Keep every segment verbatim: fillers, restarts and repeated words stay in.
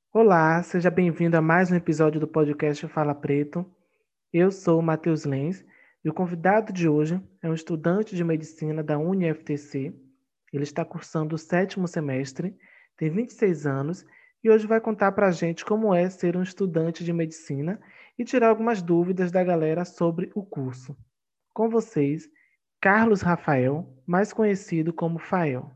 Olá, seja bem-vindo a mais um episódio do podcast Fala Preto. Eu sou o Matheus Lenz e o convidado de hoje é um estudante de medicina da U N F T C. Ele está cursando o sétimo semestre, tem vinte e seis anos e hoje vai contar para a gente como é ser um estudante de medicina e tirar algumas dúvidas da galera sobre o curso. Com vocês, Carlos Rafael, mais conhecido como Fael.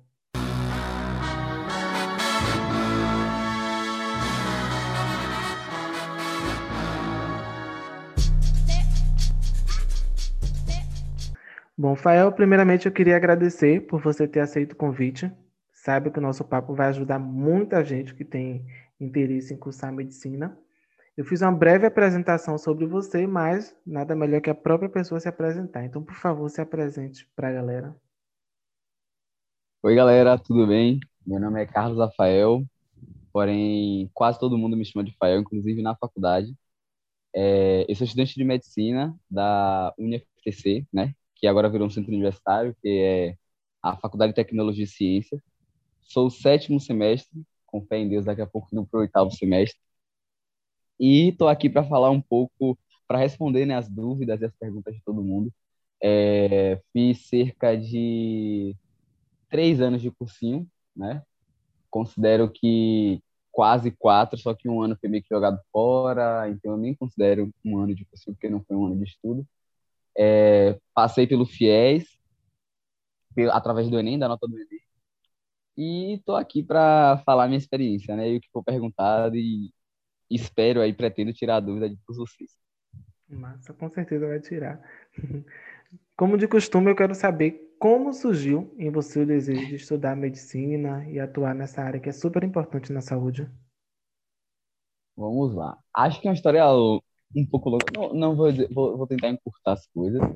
Bom, Fael, primeiramente eu queria agradecer por você ter aceito o convite. Saiba que o nosso papo vai ajudar muita gente que tem interesse em cursar medicina. Eu fiz uma breve apresentação sobre você, mas nada melhor que a própria pessoa se apresentar. Então, por favor, se apresente para a galera. Oi, galera, tudo bem? Meu nome é Carlos Rafael, porém quase todo mundo me chama de Fael, inclusive na faculdade. É, eu sou estudante de medicina da U N F T C, né? Que agora virou um centro universitário, que é a Faculdade de Tecnologia e Ciência. Sou o sétimo semestre, com fé em Deus, daqui a pouco indo para o oitavo semestre. E estou aqui para falar um pouco, para responder, né, as dúvidas e as perguntas de todo mundo. É, fiz cerca de três anos de cursinho, né? Considero que quase quatro, só que um ano foi meio que jogado fora, então eu nem considero um ano de curso, porque não foi um ano de estudo. É, passei pelo FIES, pelo- através do Enem, da nota do Enem, e estou aqui para falar minha experiência, né? E o que for perguntado, e espero aí, pretendo tirar a dúvida de todos vocês. Massa, com certeza vai tirar. Como de costume, eu quero saber como surgiu em você o desejo de estudar medicina e atuar nessa área que é super importante na saúde. Vamos lá. Acho que é uma história um pouco longa. Não, não vou, dizer- vou, vou tentar encurtar as coisas.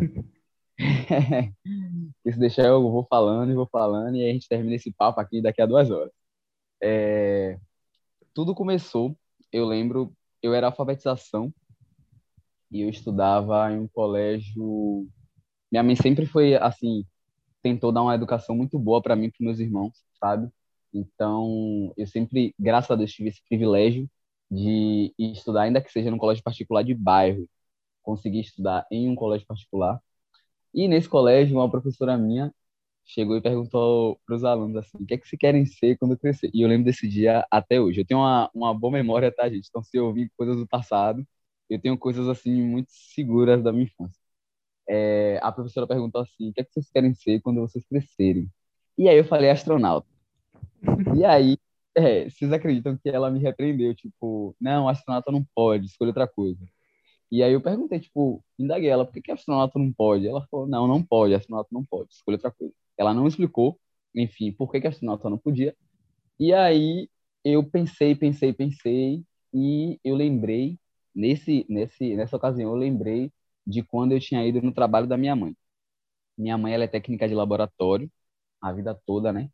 Porque se deixar eu vou falando e vou falando, e aí a gente termina esse papo aqui daqui a duas horas. É, tudo começou, eu lembro, eu era alfabetização e eu estudava em um colégio. Minha mãe sempre foi assim, tentou dar uma educação muito boa para mim e para meus irmãos, sabe? Então, eu sempre, graças a Deus, tive esse privilégio de estudar, ainda que seja num colégio particular de bairro, consegui estudar em um colégio particular. E nesse colégio, uma professora minha chegou e perguntou para os alunos assim, o que é que vocês querem ser quando crescer? E eu lembro desse dia até hoje. Eu tenho uma, uma boa memória, tá, gente? Então, se eu ouvir coisas do passado, eu tenho coisas assim muito seguras da minha infância. É, a professora perguntou assim, o que é que vocês querem ser quando vocês crescerem? E aí eu falei astronauta. E aí, é, vocês acreditam que ela me repreendeu, tipo, não, astronauta não pode, escolha outra coisa. E aí eu perguntei, tipo, indaguei ela, por que que astronauta não pode? Ela falou, não, não pode, astronauta não pode, escolha outra coisa. Ela não explicou, enfim, por que que astronauta não podia. E aí eu pensei, pensei, pensei, e eu lembrei, nesse, nesse, nessa ocasião, eu lembrei de quando eu tinha ido no trabalho da minha mãe. Minha mãe, ela é técnica de laboratório, a vida toda, né?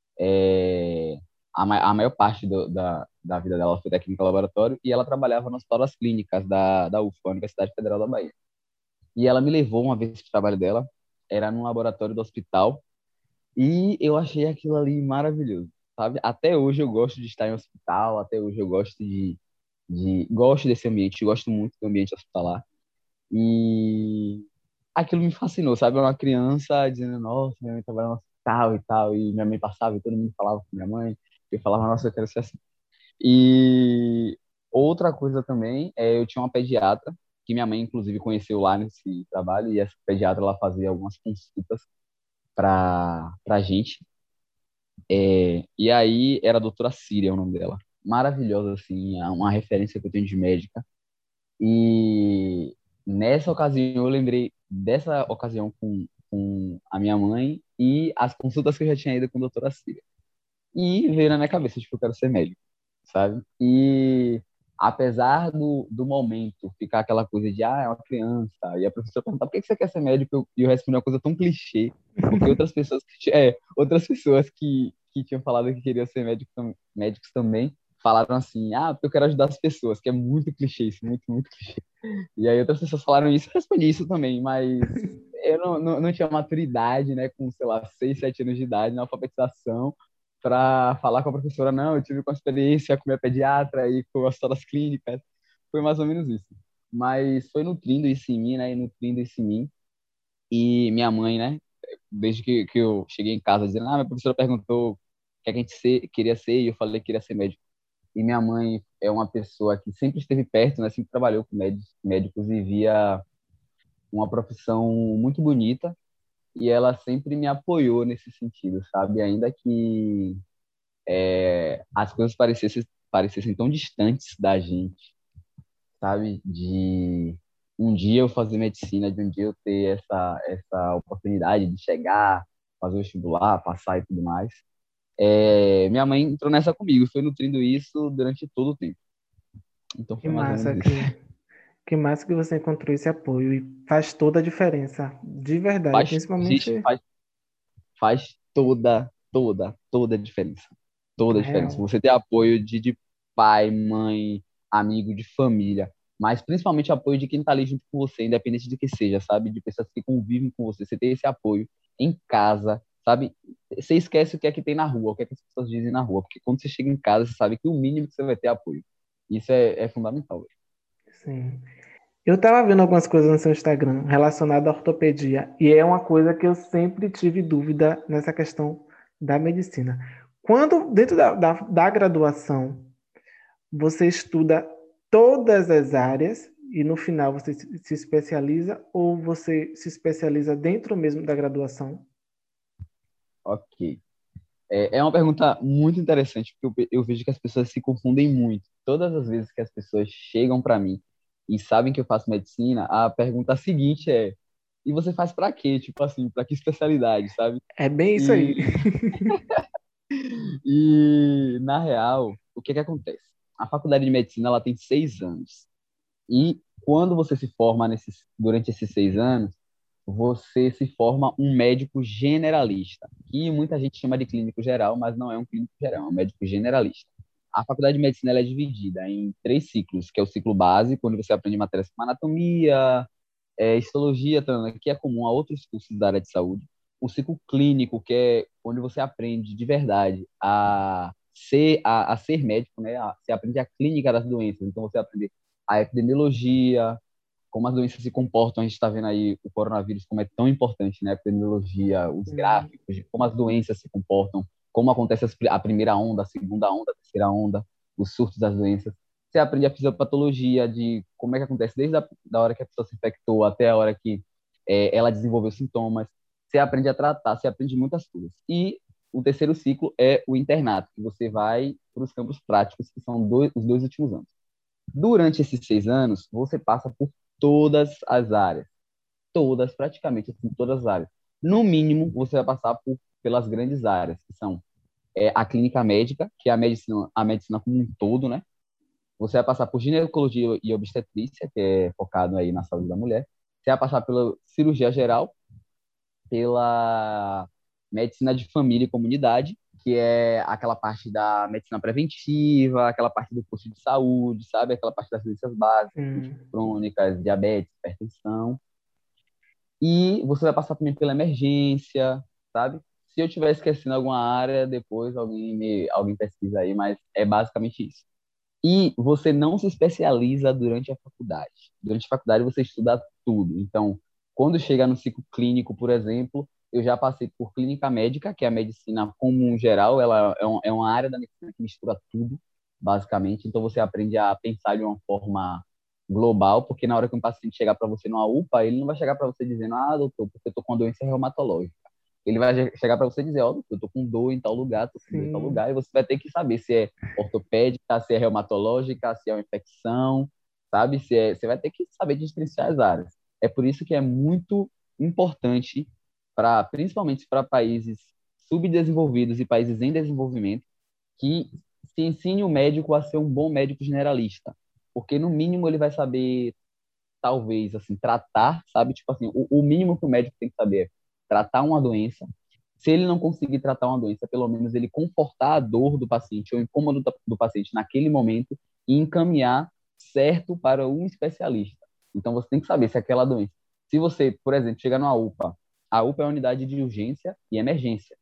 É, a, ma- a maior parte do, da, da vida dela foi técnica de laboratório, e ela trabalhava no Hospital das Clínicas da, da U F, a Universidade Federal da Bahia. E ela me levou uma vez para o trabalho dela, era num laboratório do hospital, e eu achei aquilo ali maravilhoso, sabe? Até hoje eu gosto de estar em hospital, até hoje eu gosto de, de gosto desse ambiente, gosto muito do ambiente hospitalar. E aquilo me fascinou, sabe? Eu era uma criança dizendo, nossa, minha mãe trabalha no hospital e tal, e minha mãe passava e todo mundo falava com minha mãe, eu falava, nossa, eu quero ser assim. E outra coisa também, é, eu tinha uma pediatra, que minha mãe, inclusive, conheceu lá nesse trabalho, e essa pediatra, ela fazia algumas consultas para a gente. É, e aí, era a doutora Síria, o nome dela. Maravilhosa, assim, é uma referência que eu tenho de médica. E nessa ocasião, eu lembrei dessa ocasião com, com a minha mãe e as consultas que eu já tinha ido com a doutora Síria. E veio na minha cabeça, tipo, eu quero ser médico, sabe? E apesar do, do momento ficar aquela coisa de, ah, é uma criança, e a professora perguntar, por que que você quer ser médico? E eu respondi uma coisa tão clichê, porque outras pessoas que, ti- é, outras pessoas que, que tinham falado que queriam ser médico, tam- médicos também, falaram assim, ah, porque eu quero ajudar as pessoas, que é muito clichê isso, muito, muito clichê. E aí outras pessoas falaram isso, eu respondi isso também, mas eu não, não, não tinha maturidade, né, com, sei lá, seis, sete anos de idade na alfabetização, para falar com a professora, não, eu tive uma experiência com minha pediatra e com as histórias clínicas. Foi mais ou menos isso. Mas foi nutrindo isso em mim, né? E nutrindo isso em mim. E minha mãe, né? Desde que, que eu cheguei em casa dizendo, ah, minha professora perguntou o que a gente ser, queria ser, e eu falei que queria ser médico. E minha mãe é uma pessoa que sempre esteve perto, né? Sempre trabalhou com médicos, médicos e via uma profissão muito bonita. E ela sempre me apoiou nesse sentido, sabe? Ainda que é, as coisas parecessem, parecessem tão distantes da gente, sabe? De um dia eu fazer medicina, de um dia eu ter essa, essa oportunidade de chegar, fazer o vestibular, passar e tudo mais. É, minha mãe entrou nessa comigo, foi nutrindo isso durante todo o tempo. Então Que foi mais ou massa menos isso. que, que massa que você encontrou esse apoio e faz toda a diferença, de verdade, Faz, gente, principalmente faz, faz toda, toda, toda a diferença. Toda a diferença. real. Você ter apoio de, de pai, mãe, amigo, de família, mas principalmente apoio de quem está ali junto com você, independente de que seja, sabe? De pessoas que convivem com você. Você ter esse apoio em casa, sabe? Você esquece o que é que tem na rua, o que é que as pessoas dizem na rua, porque quando você chega em casa, você sabe que o mínimo que você vai ter é apoio. Isso é, é fundamental. Sim. Eu tava vendo algumas coisas no seu Instagram relacionadas à ortopedia, e é uma coisa que eu sempre tive dúvida nessa questão da medicina. Quando, dentro da, da, da graduação, você estuda todas as áreas e no final você se se especializa, ou você se especializa dentro mesmo da graduação? Ok. É, é uma pergunta muito interessante, porque eu, eu vejo que as pessoas se confundem muito. Todas as vezes que as pessoas chegam para mim e sabem que eu faço medicina, a pergunta seguinte é: e você faz para quê? Tipo assim, para que especialidade, sabe? É bem isso aí. E, e na real, o que que acontece? A faculdade de medicina ela tem seis anos. E quando você se forma nesses, durante esses seis anos, você se forma um médico generalista, que muita gente chama de clínico geral, mas não é um clínico geral, é um médico generalista. A faculdade de medicina ela é dividida em três ciclos, que é o ciclo básico, onde você aprende matérias como anatomia, é, histologia, que é comum a outros cursos da área de saúde. O ciclo clínico, que é onde você aprende de verdade a ser, a, a ser médico, né? A, você aprende a clínica das doenças. Então, você aprende a epidemiologia, como as doenças se comportam. A gente está vendo aí o coronavírus, como é tão importante, né? A epidemiologia, os Hum, gráficos de como as doenças se comportam, como acontece a primeira onda, a segunda onda, a terceira onda, os surtos das doenças. Você aprende a fisiopatologia de como é que acontece desde a da hora que a pessoa se infectou até a hora que é, ela desenvolveu sintomas. Você aprende a tratar, você aprende muitas coisas. E o terceiro ciclo é o internato, que você vai para os campos práticos, que são dois, os dois últimos anos. Durante esses seis anos, você passa por todas as áreas, todas, praticamente assim, todas as áreas. No mínimo, você vai passar por, pelas grandes áreas, que são é, a clínica médica, que é a medicina, a medicina como um todo, né? Você vai passar por ginecologia e obstetrícia, que é focado aí na saúde da mulher. Você vai passar pela cirurgia geral, pela medicina de família e comunidade, que é aquela parte da medicina preventiva, aquela parte do posto de saúde, sabe? Aquela parte das doenças básicas, doenças sim. crônicas, diabetes, hipertensão. E você vai passar também pela emergência, sabe? Se eu estiver esquecendo alguma área, depois alguém me, alguém pesquisa aí, mas é basicamente isso. E você não se especializa durante a faculdade. Durante a faculdade você estuda tudo. Então, quando chega no ciclo clínico, por exemplo, eu já passei por clínica médica, que é a medicina comum geral, ela é, um, é uma área da medicina que mistura tudo, basicamente. Então, você aprende a pensar de uma forma global, porque na hora que um paciente chegar para você numa U P A, ele não vai chegar para você dizendo, ah, doutor, porque eu estou com uma doença reumatológica. Ele vai chegar para você e dizer, ó, oh, eu tô com dor em tal lugar, tô com dor em tal Sim. lugar, e você vai ter que saber se é ortopédica, se é reumatológica, se é uma infecção, sabe? Se é, você vai ter que saber diferenciar as áreas. É por isso que é muito importante, para principalmente para países subdesenvolvidos e países em desenvolvimento, que se ensine o médico a ser um bom médico generalista, porque no mínimo ele vai saber, talvez, assim, tratar, sabe? Tipo assim, o, o mínimo que o médico tem que saber é tratar uma doença. Se ele não conseguir tratar uma doença, pelo menos ele confortar a dor do paciente ou o incômodo do, do paciente naquele momento e encaminhar certo para um especialista. Então você tem que saber se aquela doença. Se você, por exemplo, chegar numa U P A, a U P A é a unidade de urgência e emergência.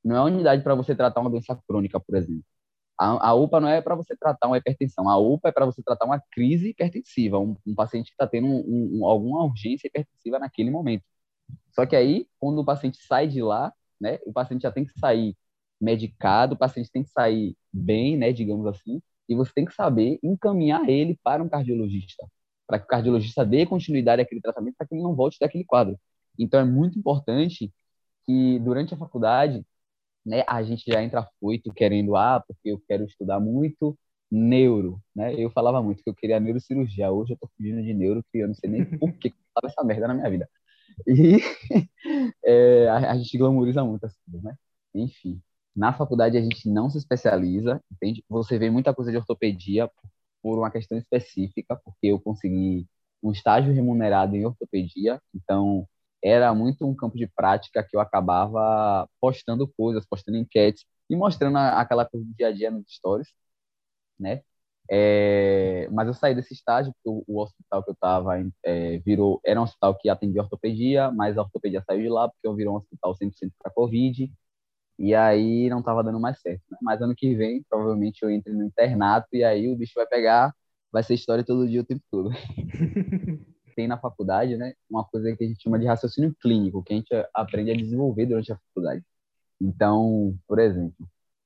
não é uma unidade para você tratar uma doença crônica, por exemplo. A, a UPA não é para você tratar uma hipertensão, a UPA é para você tratar uma crise hipertensiva, um, um paciente que está tendo um, um, alguma urgência hipertensiva naquele momento. Só que aí, quando o paciente sai de lá, né, o paciente já tem que sair medicado, o paciente tem que sair bem, né, digamos assim, e você tem que saber encaminhar ele para um cardiologista, para que o cardiologista dê continuidade àquele tratamento, para que ele não volte daquele quadro. Então, é muito importante que, durante a faculdade, né, a gente já entra afoito querendo, ah, porque eu quero estudar muito neuro, né? Eu falava muito que eu queria neurocirurgia, hoje eu tô fugindo de neuro, que eu não sei nem por que eu tava essa merda na minha vida. E é, a, a gente glamoriza muito as coisas, né? Enfim, na faculdade a gente não se especializa, entende? Você vê muita coisa de ortopedia por, por uma questão específica, porque eu consegui um estágio remunerado em ortopedia, então era muito um campo de prática que eu acabava postando coisas, postando enquetes e mostrando a- aquela coisa do dia a dia nos stories, né? É, mas eu saí desse estágio, porque o, o hospital que eu estava é, virou, era um hospital que atendia ortopedia, mas a ortopedia saiu de lá porque eu virou um hospital cem por cento para Covid, e aí não estava dando mais certo, né? Mas ano que vem, provavelmente eu entre no internato, e aí o bicho vai pegar, vai ser história todo dia, o tempo todo. Tem na faculdade, né, uma coisa que a gente chama de raciocínio clínico, que a gente aprende a desenvolver durante a faculdade. Então, por exemplo,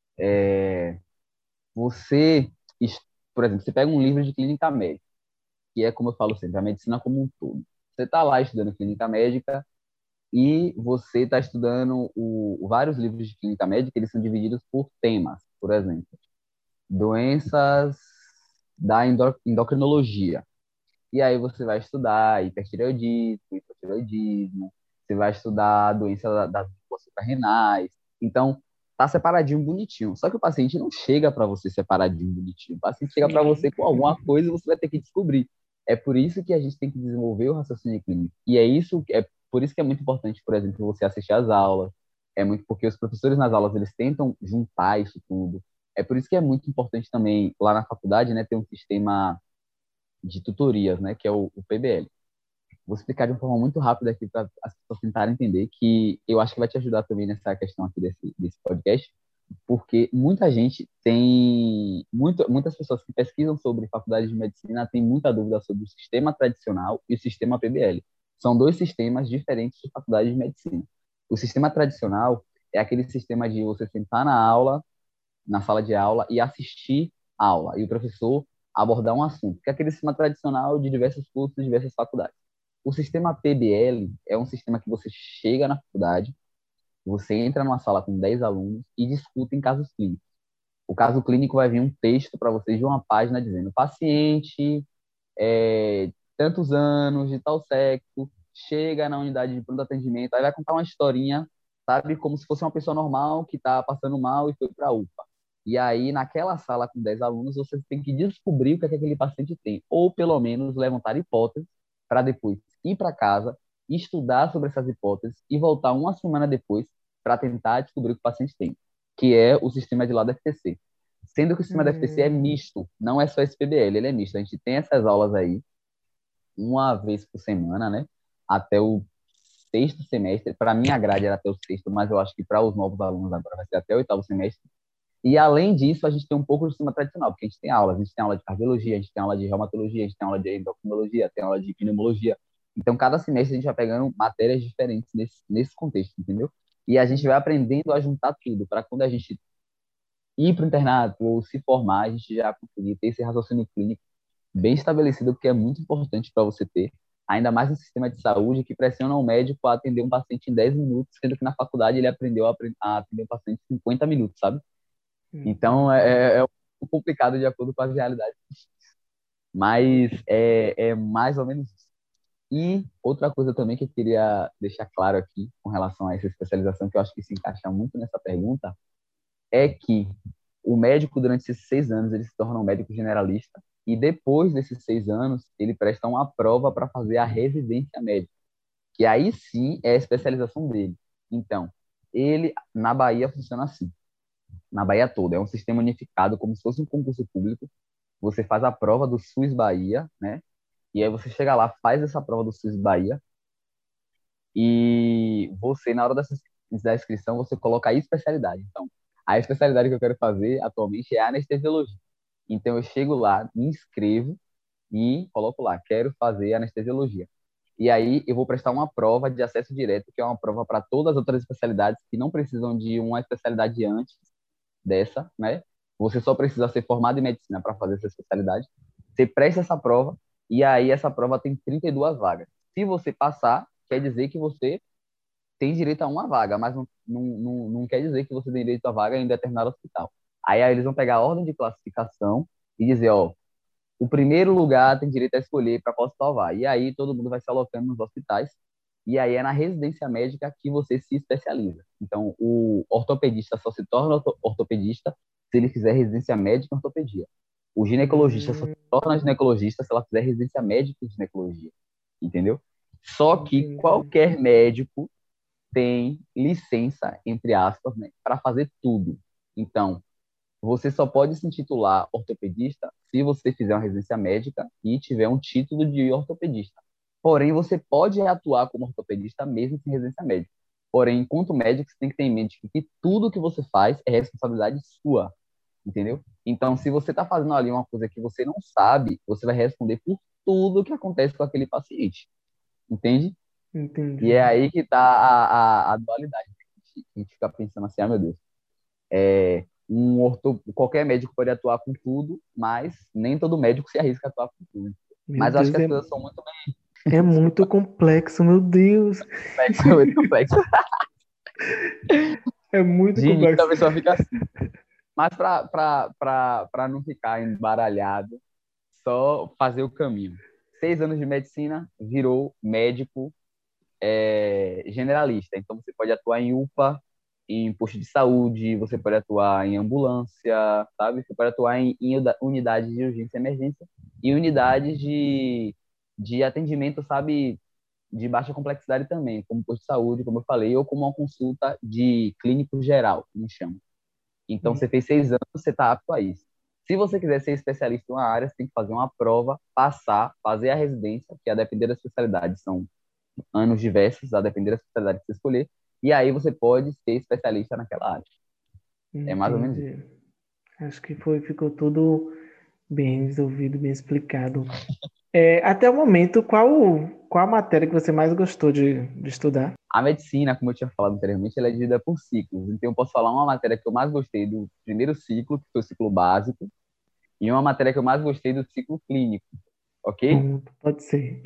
você, por exemplo, você pega um livro de clínica médica, que é, como eu falo sempre, a medicina como um todo. Você está lá estudando clínica médica e você está estudando o, vários livros de clínica médica, eles são divididos por temas, por exemplo, doenças da endo, endocrinologia. E aí você vai estudar hipertireoidismo, hipotireoidismo, você vai estudar a doença da- das glândulas suprarrenais. Então, tá separadinho, bonitinho. Só que o paciente não chega para você separadinho, bonitinho. O paciente chega para Sim. você com alguma coisa e você vai ter que descobrir. É por isso que a gente tem que desenvolver o raciocínio clínico. E é isso, é por isso que é muito importante, por exemplo, você assistir às aulas. É muito porque os professores nas aulas eles tentam juntar isso tudo. É por isso que é muito importante também lá na faculdade, né, ter um sistema de tutorias, né, que é o, o P B L. Vou explicar de uma forma muito rápida aqui para as pessoas tentarem entender, que eu acho que vai te ajudar também nessa questão aqui desse, desse podcast, porque muita gente tem, muito, muitas pessoas que pesquisam sobre faculdade de medicina têm muita dúvida sobre o sistema tradicional e o sistema P B L. São dois sistemas diferentes de faculdade de medicina. O sistema tradicional é aquele sistema de você sentar na aula, na sala de aula e assistir a aula, e o professor abordar um assunto, que é aquele sistema tradicional de diversos cursos, de diversas faculdades. O sistema P B L é um sistema que você chega na faculdade, você entra numa sala com dez alunos e discutem casos clínicos. O caso clínico vai vir um texto para vocês de uma página dizendo: paciente, é, tantos anos, de tal sexo, chega na unidade de pronto atendimento, aí vai contar uma historinha, sabe, como se fosse uma pessoa normal que está passando mal e foi para a UPA. E aí, naquela sala com dez alunos, você tem que descobrir o que é que aquele paciente tem, ou pelo menos levantar hipóteses para depois ir para casa, estudar sobre essas hipóteses e voltar uma semana depois para tentar descobrir o que o paciente tem, que é o sistema de lá da F T C. Sendo que o sistema da F T C é Hum, misto, não é só esse P B L, ele é misto. A gente tem essas aulas aí, uma vez por semana, né? Até o sexto semestre. Para mim, a grade era até o sexto, mas eu acho que para os novos alunos agora vai ser até o oitavo semestre. E além disso, a gente tem um pouco do sistema tradicional, porque a gente tem aulas, a gente tem aula de cardiologia, a gente tem aula de reumatologia, a gente tem aula de endocrinologia, tem aula de pneumologia. Então, cada semestre a gente vai pegando matérias diferentes nesse, nesse contexto, entendeu? E a gente vai aprendendo a juntar tudo, para quando a gente ir para o internato ou se formar, a gente já conseguir ter esse raciocínio clínico bem estabelecido, porque é muito importante para você ter, ainda mais no sistema de saúde, que pressiona o médico a atender um paciente em dez minutos, sendo que na faculdade ele aprendeu a, a atender um paciente em cinquenta minutos, sabe? Então, entendi. é, é um pouco complicado de acordo com as realidades, mas é, é mais ou menos isso. E outra coisa também que eu queria deixar claro aqui, com relação a essa especialização, que eu acho que se encaixa muito nessa pergunta, é que o médico, durante esses seis anos, ele se torna um médico generalista, e depois desses seis anos, ele presta uma prova para fazer a residência médica, que aí sim é a especialização dele. Então, ele, na Bahia, funciona assim, na Bahia toda, é um sistema unificado, como se fosse um concurso público. Você faz a prova do SUS Bahia, né? E aí você chega lá, faz essa prova do SUS Bahia, e você, na hora dessa, da inscrição, você coloca a especialidade. Então, a especialidade que eu quero fazer atualmente é anestesiologia. Então, eu chego lá, me inscrevo e coloco lá, quero fazer anestesiologia. E aí, eu vou prestar uma prova de acesso direto, que é uma prova para todas as outras especialidades que não precisam de uma especialidade antes dessa, né? Você só precisa ser formado em medicina para fazer essa especialidade. Você presta essa prova e aí essa prova tem trinta e duas vagas. Se você passar, quer dizer que você tem direito a uma vaga, mas não, não, não, não quer dizer que você tem direito a vaga em determinado hospital. Aí, aí eles vão pegar a ordem de classificação e dizer, ó, o primeiro lugar tem direito a escolher para qual hospital vai. E aí todo mundo vai se alocando nos hospitais. E aí é na residência médica que você se especializa. Então, o ortopedista só se torna ortopedista se ele fizer residência médica em ortopedia. O ginecologista só se Hum, torna ginecologista se ela fizer residência médica em ginecologia. Entendeu? Só que entendi. qualquer médico tem licença, entre aspas, né, para fazer tudo. Então, você só pode se intitular ortopedista se você fizer uma residência médica e tiver um título de ortopedista. Porém, você pode atuar como ortopedista mesmo sem residência médica. Porém, enquanto médico, você tem que ter em mente que tudo que você faz é responsabilidade sua, entendeu? Então, se você está fazendo ali uma coisa que você não sabe, você vai responder por tudo que acontece com aquele paciente, entende? E é Entendi. aí que está a, a, a dualidade. A gente fica pensando assim, ah, meu Deus, é, um orto, qualquer médico pode atuar com tudo, mas nem todo médico se arrisca a atuar com tudo. Meu Mas eu acho que Deus, as é, coisas são muito bem. é muito Desculpa, complexo, meu Deus. complexo, muito complexo. É muito De início a complexo. pessoa fica assim. Mas para não ficar embaralhado, só fazer o caminho. Seis anos de medicina, virou médico é, generalista. Então, você pode atuar em U P A, em posto de saúde, você pode atuar em ambulância, sabe? Você pode atuar em, em unidades de urgência e emergência e unidades de, de atendimento, sabe? De baixa complexidade também, como posto de saúde, como eu falei, ou como uma consulta de clínico geral, como chama. Então, você fez seis anos, você está apto a isso. Se você quiser ser especialista em uma área, você tem que fazer uma prova, passar, fazer a residência, que a depender da especialidade são anos diversos, a depender da especialidade que você escolher, e aí você pode ser especialista naquela área. É mais ou menos isso. Entendi. Acho que foi, ficou tudo bem resolvido, bem explicado. É, até o momento, qual, qual a matéria que você mais gostou de, de estudar? A medicina, como eu tinha falado anteriormente, ela é dividida por ciclos. Então, eu posso falar uma matéria que eu mais gostei do primeiro ciclo, que foi o ciclo básico, e uma matéria que eu mais gostei do ciclo clínico, ok? Pronto, pode ser.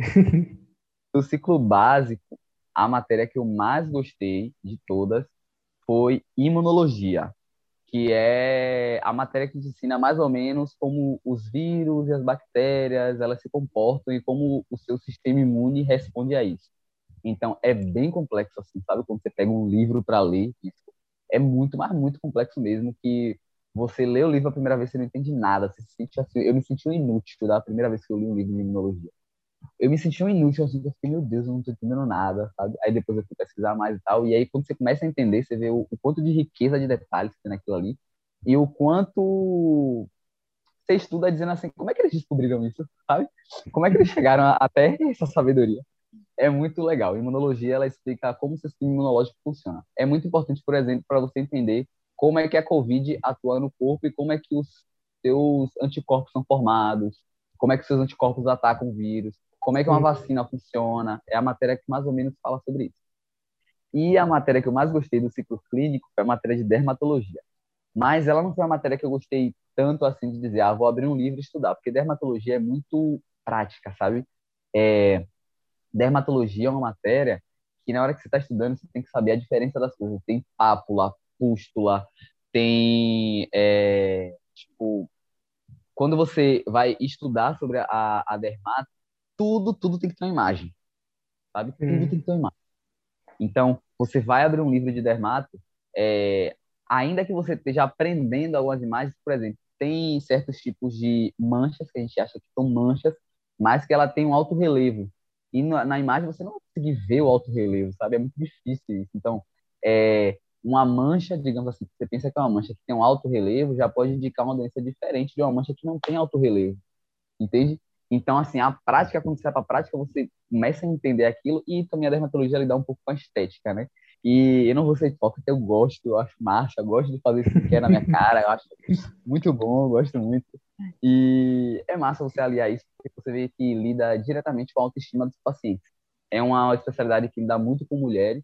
Do ciclo básico, a matéria que eu mais gostei de todas foi imunologia, que é a matéria que te ensina mais ou menos como os vírus e as bactérias elas se comportam e como o seu sistema imune responde a isso. Então, é bem complexo, assim, sabe? Quando você pega um livro para ler, isso é muito, mas muito complexo mesmo, que você lê o livro a primeira vez, você não entende nada. Você se sente assim, eu me senti um inútil da primeira vez que eu li um livro de imunologia. Eu me senti um inútil, assim, que eu fiquei, meu Deus, eu não tô entendendo nada, sabe? Aí depois eu fui pesquisar mais e tal, e aí quando você começa a entender, você vê o, o quanto de riqueza de detalhes que tem naquilo ali, e o quanto você estuda dizendo assim, como é que eles descobriram isso, sabe? Como é que eles chegaram a- até essa sabedoria? É muito legal. A imunologia, ela explica como o sistema imunológico funciona. É muito importante, por exemplo, para você entender como é que a COVID atua no corpo e como é que os seus anticorpos são formados, como é que os seus anticorpos atacam o vírus, como é que uma Sim. vacina funciona. É a matéria que mais ou menos fala sobre isso. E a matéria que eu mais gostei do ciclo clínico foi a matéria de dermatologia. Mas ela não foi uma matéria que eu gostei tanto assim de dizer, ah, vou abrir um livro e estudar, porque dermatologia é muito prática, sabe? É, dermatologia é uma matéria que na hora que você está estudando, você tem que saber a diferença das coisas. Tem pápula, pústula, tem, é, tipo, quando você vai estudar sobre a, a dermato, tudo, tudo tem que ter uma imagem, sabe? Tudo tem Sim. que ter uma imagem. Então, você vai abrir um livro de dermato, é, ainda que você esteja aprendendo algumas imagens, por exemplo, tem certos tipos de manchas que a gente acha que são manchas, mas que ela tem um alto relevo. E na, na imagem você não vai conseguir ver o alto relevo, sabe? É muito difícil isso. Então, é, uma mancha, digamos assim, você pensa que é uma mancha que tem um alto relevo, já pode indicar uma doença diferente de uma mancha que não tem alto relevo, entende? Então, assim, a prática, quando você vai para a prática, você começa a entender aquilo e também a dermatologia lida um pouco com a estética, né? E eu não vou ser hipócrita, eu gosto, eu acho massa, eu gosto de fazer skincare na minha cara, eu acho muito bom, eu gosto muito. E é massa você aliar isso, porque você vê que lida diretamente com a autoestima dos pacientes. É uma especialidade que lida muito com mulheres,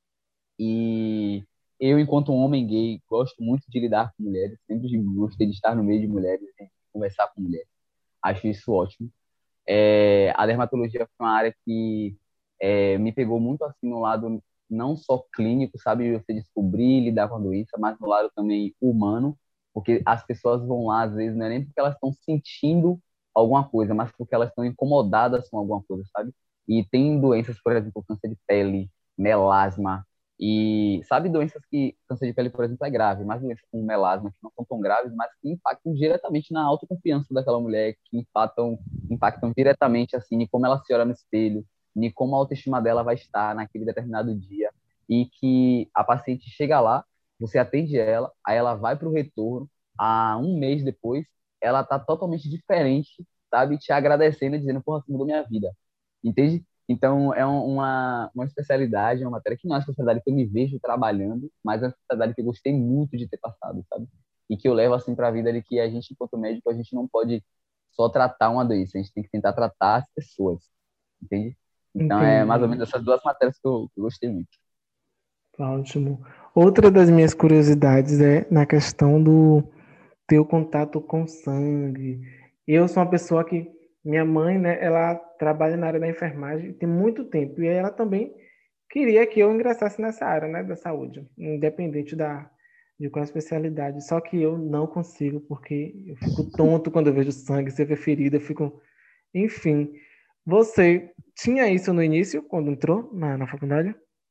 e eu, enquanto um homem gay, gosto muito de lidar com mulheres, sempre gostei de estar no meio de mulheres, de conversar com mulheres. Acho isso ótimo. É, a dermatologia foi uma área que é, me pegou muito assim no lado não só clínico, sabe, você descobrir, lidar com a doença, mas no lado também humano, porque as pessoas vão lá, às vezes, não é nem porque elas estão sentindo alguma coisa, mas porque elas estão incomodadas com alguma coisa, sabe? E tem doenças, por exemplo, câncer de pele, melasma, e sabe doenças que, câncer de pele, por exemplo, é grave, mas doenças como melasma, que não são tão graves, mas que impactam diretamente na autoconfiança daquela mulher, que impactam impactam diretamente assim em como ela se olha no espelho, em como a autoestima dela vai estar naquele determinado dia, e que a paciente chega lá, você atende ela, aí ela vai para o retorno, a um mês depois, ela tá totalmente diferente, sabe, te agradecendo, dizendo, porra, você mudou minha vida, entende? Então, é um- uma, uma especialidade, uma matéria que não é uma especialidade que eu me vejo trabalhando, mas é uma especialidade que eu gostei muito de ter passado, sabe? E que eu levo assim para a vida de que a gente, enquanto médico, a gente não pode só tratar uma doença, a gente tem que tentar tratar as pessoas, entende? Então é mais ou Entendi. menos essas duas matérias que eu, que eu gostei muito. Ótimo. Outra das minhas curiosidades é na questão do teu contato com sangue. Eu sou uma pessoa que minha mãe, né, ela trabalha na área da enfermagem tem muito tempo e ela também queria que eu ingressasse nessa área, né, da saúde, independente da de qual especialidade. Só que eu não consigo porque eu fico tonto quando eu vejo sangue, se eu ver ferida, eu fico, enfim. Você tinha isso no início quando entrou na, na faculdade?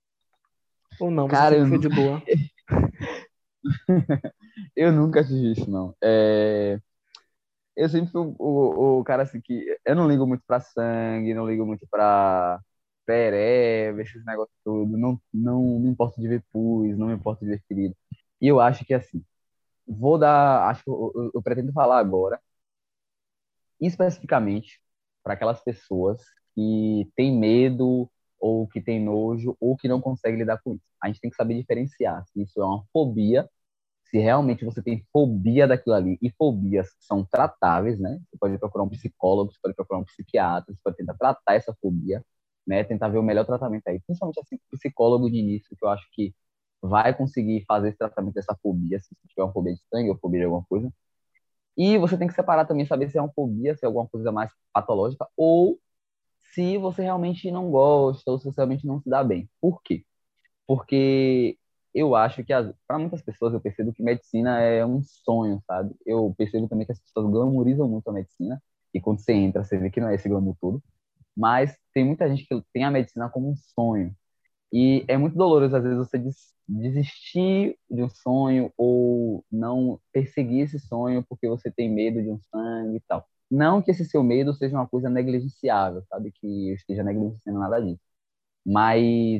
Ou não? Você Cara, sempre eu, foi nu- de boa? eu nunca fiz isso, não. É, eu sempre fui o, o, o cara assim que eu não ligo muito pra sangue, não ligo muito pra pereba, esses negócios tudo, não, não me importo de ver pus, não me importo de ver ferida. E eu acho que assim, vou dar, acho que eu, eu, eu pretendo falar agora especificamente para aquelas pessoas que têm medo ou que têm nojo ou que não conseguem lidar com isso. A gente tem que saber diferenciar se isso é uma fobia, se realmente você tem fobia daquilo ali, e fobias são tratáveis, né? Você pode procurar um psicólogo, você pode procurar um psiquiatra, você pode tentar tratar essa fobia, né? Tentar ver o melhor tratamento aí, principalmente assim, psicólogo de início, que eu acho que vai conseguir fazer esse tratamento dessa fobia, se você tiver uma fobia de sangue ou fobia de alguma coisa. E você tem que separar também, saber se é uma fobia, se é alguma coisa mais patológica, ou se você realmente não gosta, ou se você realmente não se dá bem. Por quê? Porque eu acho que, para muitas pessoas, eu percebo que medicina é um sonho, sabe? Eu percebo também que as pessoas glamorizam muito a medicina, e quando você entra, você vê que não é esse glamour todo. Mas tem muita gente que tem a medicina como um sonho. E é muito doloroso, às vezes, você des- desistir de um sonho ou não perseguir esse sonho porque você tem medo de um sangue e tal. Não que esse seu medo seja uma coisa negligenciável, sabe? Que eu esteja negligenciando nada disso. Mas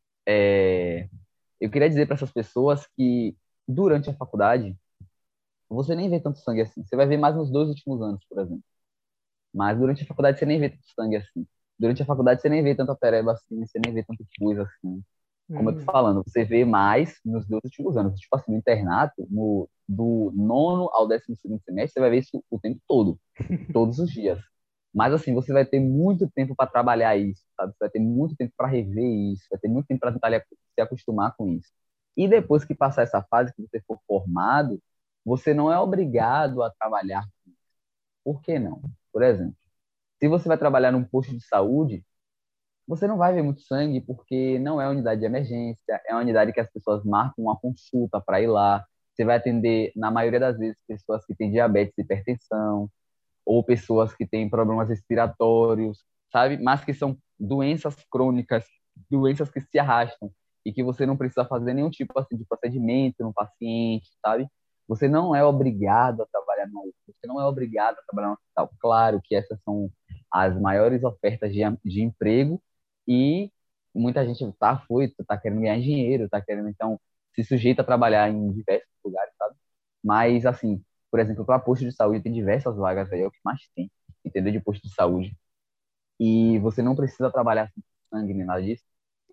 é, eu queria dizer para essas pessoas que durante a faculdade você nem vê tanto sangue assim. Você vai ver mais nos dois últimos anos, por exemplo. Mas durante a faculdade você nem vê tanto sangue assim. Durante a faculdade você nem vê tanta pereba assim, você nem vê tanto pus assim. Como eu tô Hum, falando, você vê mais nos dois últimos anos. Tipo assim, no internato, no, do nono ao décimo segundo semestre, você vai ver isso o tempo todo, todos os dias. Mas assim, você vai ter muito tempo para trabalhar isso, sabe? Você vai ter muito tempo para rever isso, vai ter muito tempo para tentar se acostumar com isso. E depois que passar essa fase, que você for formado, você não é obrigado a trabalhar. Por que não? Por exemplo, se você vai trabalhar num posto de saúde, você não vai ver muito sangue porque não é unidade de emergência, é uma unidade que as pessoas marcam uma consulta para ir lá. Você vai atender, na maioria das vezes, pessoas que têm diabetes, hipertensão, ou pessoas que têm problemas respiratórios, sabe? Mas que são doenças crônicas, doenças que se arrastam e que você não precisa fazer nenhum tipo assim, de procedimento no paciente, sabe? Você não é obrigado a trabalhar no você não é obrigado a trabalhar no hospital. Claro que essas são as maiores ofertas de, de emprego e muita gente tá afoito, tá querendo ganhar dinheiro, tá querendo então se sujeita a trabalhar em diversos lugares, sabe? Mas assim, por exemplo, para posto de saúde tem diversas vagas aí, é o que mais tem, entendeu? De posto de saúde. E você não precisa trabalhar com sangue nem nada disso.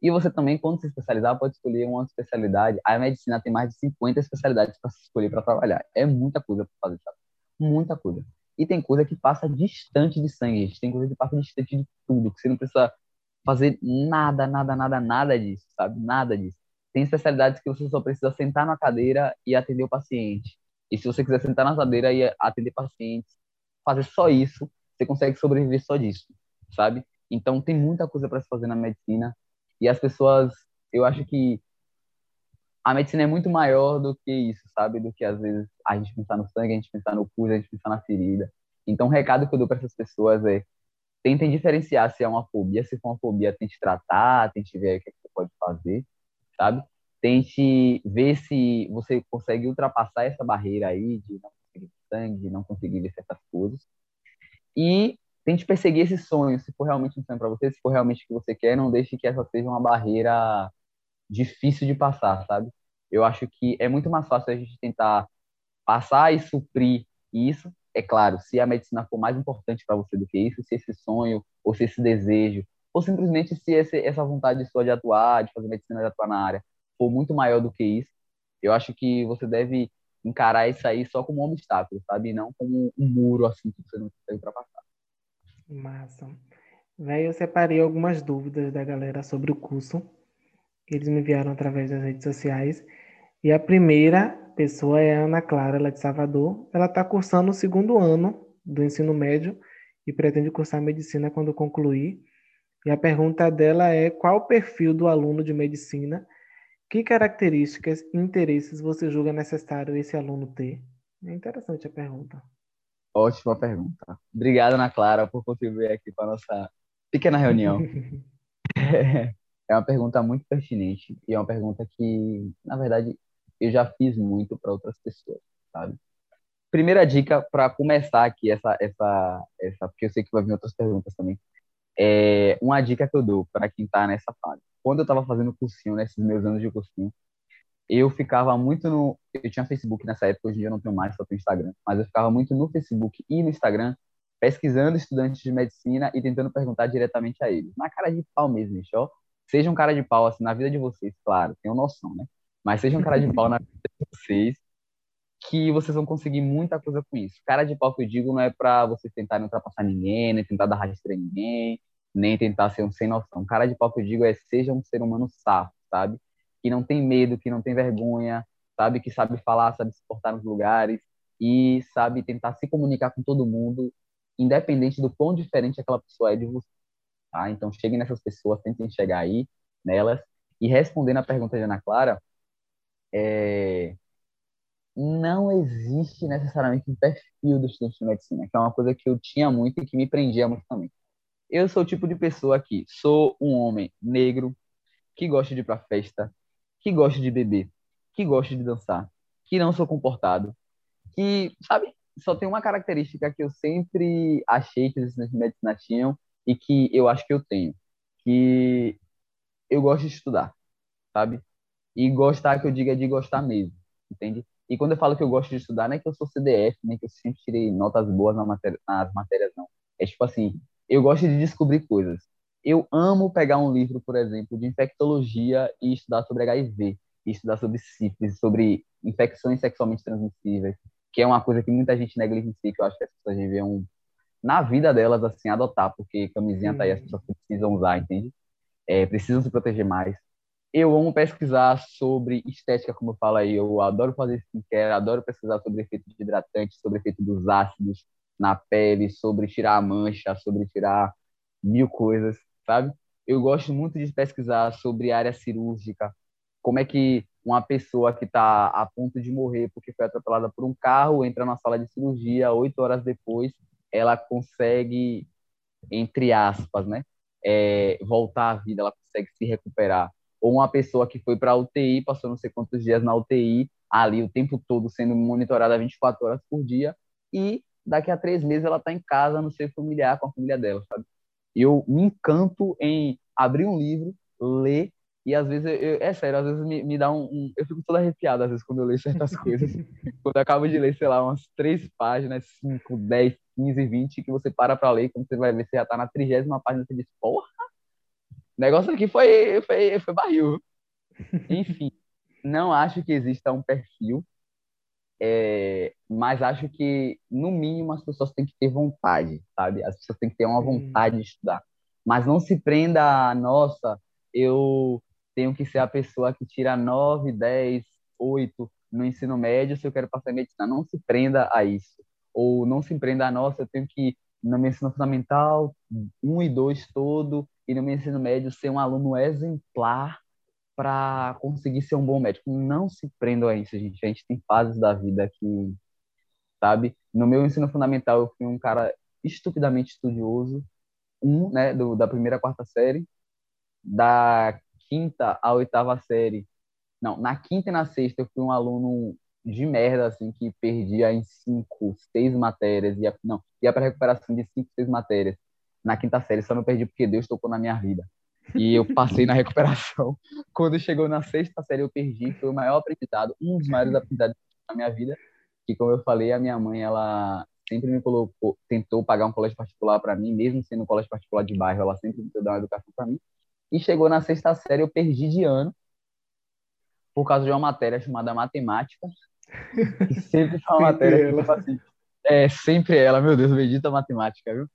E você também, quando se especializar, pode escolher uma especialidade. A medicina tem mais de cinquenta especialidades para se escolher para trabalhar. É muita coisa para fazer, sabe? Muita coisa. E tem coisa que passa distante de sangue, gente. Tem coisa que passa distante de tudo, que você não precisa fazer nada, nada, nada, nada disso, sabe? Nada disso. Tem especialidades que você só precisa sentar na cadeira e atender o paciente. E se você quiser sentar na cadeira e atender pacientes, fazer só isso, você consegue sobreviver só disso, sabe? Então tem muita coisa para se fazer na medicina e as pessoas, eu acho que a medicina é muito maior do que isso, sabe? Do que às vezes a gente pensar no sangue, a gente pensar no pus, a gente pensar na ferida. Então o recado que eu dou para essas pessoas é: tentem diferenciar se é uma fobia. Se for uma fobia, tente tratar, tente ver o que, é que você pode fazer, sabe? Tente ver se você consegue ultrapassar essa barreira aí de não conseguir sangue, de não conseguir ver certas coisas. E tente perseguir esse sonho, se for realmente um sonho para você, se for realmente o que você quer, não deixe que essa seja uma barreira difícil de passar, sabe? Eu acho que é muito mais fácil a gente tentar passar e suprir isso. É claro, se a medicina for mais importante para você do que isso, se esse sonho, ou se esse desejo, ou simplesmente se esse, essa vontade sua de atuar, de fazer medicina, de atuar na área, for muito maior do que isso, eu acho que você deve encarar isso aí só como um obstáculo, sabe? E não como um muro assim que você não consegue ultrapassar. Massa. Véi, eu separei algumas dúvidas da galera sobre o curso que eles me enviaram através das redes sociais. E a primeira pessoa é a Ana Clara, ela é de Salvador. Ela está cursando o segundo ano do ensino médio e pretende cursar medicina quando concluir. E a pergunta dela é: qual o perfil do aluno de medicina? Que características e interesses você julga necessário esse aluno ter? É interessante a pergunta. Ótima pergunta. Obrigado, Ana Clara, por contribuir aqui para a nossa pequena reunião. É uma pergunta muito pertinente e é uma pergunta que, na verdade, eu já fiz muito para outras pessoas, sabe? Primeira dica para começar aqui essa, essa, essa, porque eu sei que vai vir outras perguntas também. É uma dica que eu dou para quem está nessa fase. Quando eu estava fazendo cursinho, nesses meus anos de cursinho, eu ficava muito no. Eu tinha Facebook nessa época, hoje em dia eu não tenho mais, só tenho Instagram. Mas eu ficava muito no Facebook e no Instagram, pesquisando estudantes de medicina e tentando perguntar diretamente a eles. Na cara de pau mesmo, bicho, ó. Seja um cara de pau, assim, na vida de vocês, claro, tenham noção, né? Mas seja um cara de pau na vida de vocês, que vocês vão conseguir muita coisa com isso. Cara de pau que eu digo não é pra vocês tentarem ultrapassar ninguém, nem tentar dar rasteira em ninguém, nem tentar ser um sem noção. Cara de pau que eu digo é: seja um ser humano safo, sabe? Que não tem medo, que não tem vergonha, sabe? Que sabe falar, sabe se portar nos lugares e sabe tentar se comunicar com todo mundo, independente do quão diferente aquela pessoa é de você, tá? Então cheguem nessas pessoas, tentem chegar aí nelas. E respondendo a pergunta de Ana Clara, é não existe necessariamente um perfil do estudante de medicina, que é uma coisa que eu tinha muito e que me prendia muito também. Eu sou o tipo de pessoa que sou um homem negro, que gosta de ir pra festa, que gosta de beber, que gosta de dançar, que não sou comportado, que, sabe, só tem uma característica que eu sempre achei que os estudantes de medicina tinham e que eu acho que eu tenho, que eu gosto de estudar, sabe? E gostar, que eu digo, é de gostar mesmo, entende? E quando eu falo que eu gosto de estudar, não é que eu sou C D F, nem que eu sempre tirei notas boas na matéria, nas matérias, não. É tipo assim, eu gosto de descobrir coisas. Eu amo pegar um livro, por exemplo, de infectologia e estudar sobre H I V, e estudar sobre sífilis, sobre infecções sexualmente transmissíveis, que é uma coisa que muita gente negligencia, que eu acho que as pessoas deviam, na vida delas, assim, adotar, porque camisinha tá aí, as Sim. pessoas precisam usar, entende? É, precisam se proteger mais. Eu amo pesquisar sobre estética, como eu falo aí. Eu adoro fazer skincare, adoro pesquisar sobre efeito de hidratante, sobre efeito dos ácidos na pele, sobre tirar a mancha, sobre tirar mil coisas, sabe? Eu gosto muito de pesquisar sobre área cirúrgica, como é que uma pessoa que está a ponto de morrer porque foi atropelada por um carro entra na sala de cirurgia, oito horas depois, ela consegue, entre aspas, né? É, voltar à vida, ela consegue se recuperar. Ou uma pessoa que foi para a U T I, passou não sei quantos dias na U T I, ali o tempo todo sendo monitorada vinte e quatro horas por dia, e daqui a três meses ela está em casa, no seio familiar, com a família dela, sabe? Eu me encanto em abrir um livro, ler, e às vezes, eu, eu- é sério, às vezes me, me dá um, um- eu fico todo arrepiado, às vezes, quando eu leio certas coisas. Quando eu acabo de ler, sei lá, umas três páginas, cinco, dez, quinze, vinte, que você para pra ler, quando você vai ver, você já tá na trigésima página, você diz, porra, negócio aqui foi, foi, foi barril. Enfim, não acho que exista um perfil, é, mas acho que, no mínimo, as pessoas têm que ter vontade, sabe? As pessoas têm que ter uma Sim. vontade de estudar. Mas não se prenda a, nossa, eu tenho que ser a pessoa que tira nove, dez, oito no ensino médio se eu quero passar em medicina. Não se prenda a isso. Ou não se prenda a, nossa, eu tenho que, no meu ensino fundamental, um e dois todo, e no meu ensino médio ser um aluno exemplar para conseguir ser um bom médico. Não se prendam a isso, gente. A gente tem fases da vida que, sabe? No meu ensino fundamental, eu fui um cara estupidamente estudioso, um, né, do, da primeira à quarta série, da quinta à oitava série. Não, na quinta e na sexta eu fui um aluno de merda, assim, que perdia em cinco, seis matérias, ia, não, ia para recuperação de cinco, seis matérias. Na quinta série só não perdi porque Deus tocou na minha vida. E eu passei na recuperação. Quando chegou na sexta série, eu perdi. Foi o maior aprendizado, um dos maiores aprendizados da minha vida. Que, como eu falei, a minha mãe, ela sempre me colocou, tentou pagar um colégio particular para mim, mesmo sendo um colégio particular de bairro, ela sempre tentou dar uma educação para mim. E chegou na sexta série, eu perdi de ano por causa de uma matéria chamada matemática, que sempre foi uma Sempre matéria que, ela. tipo assim, é sempre ela, meu Deus, bendita matemática, viu?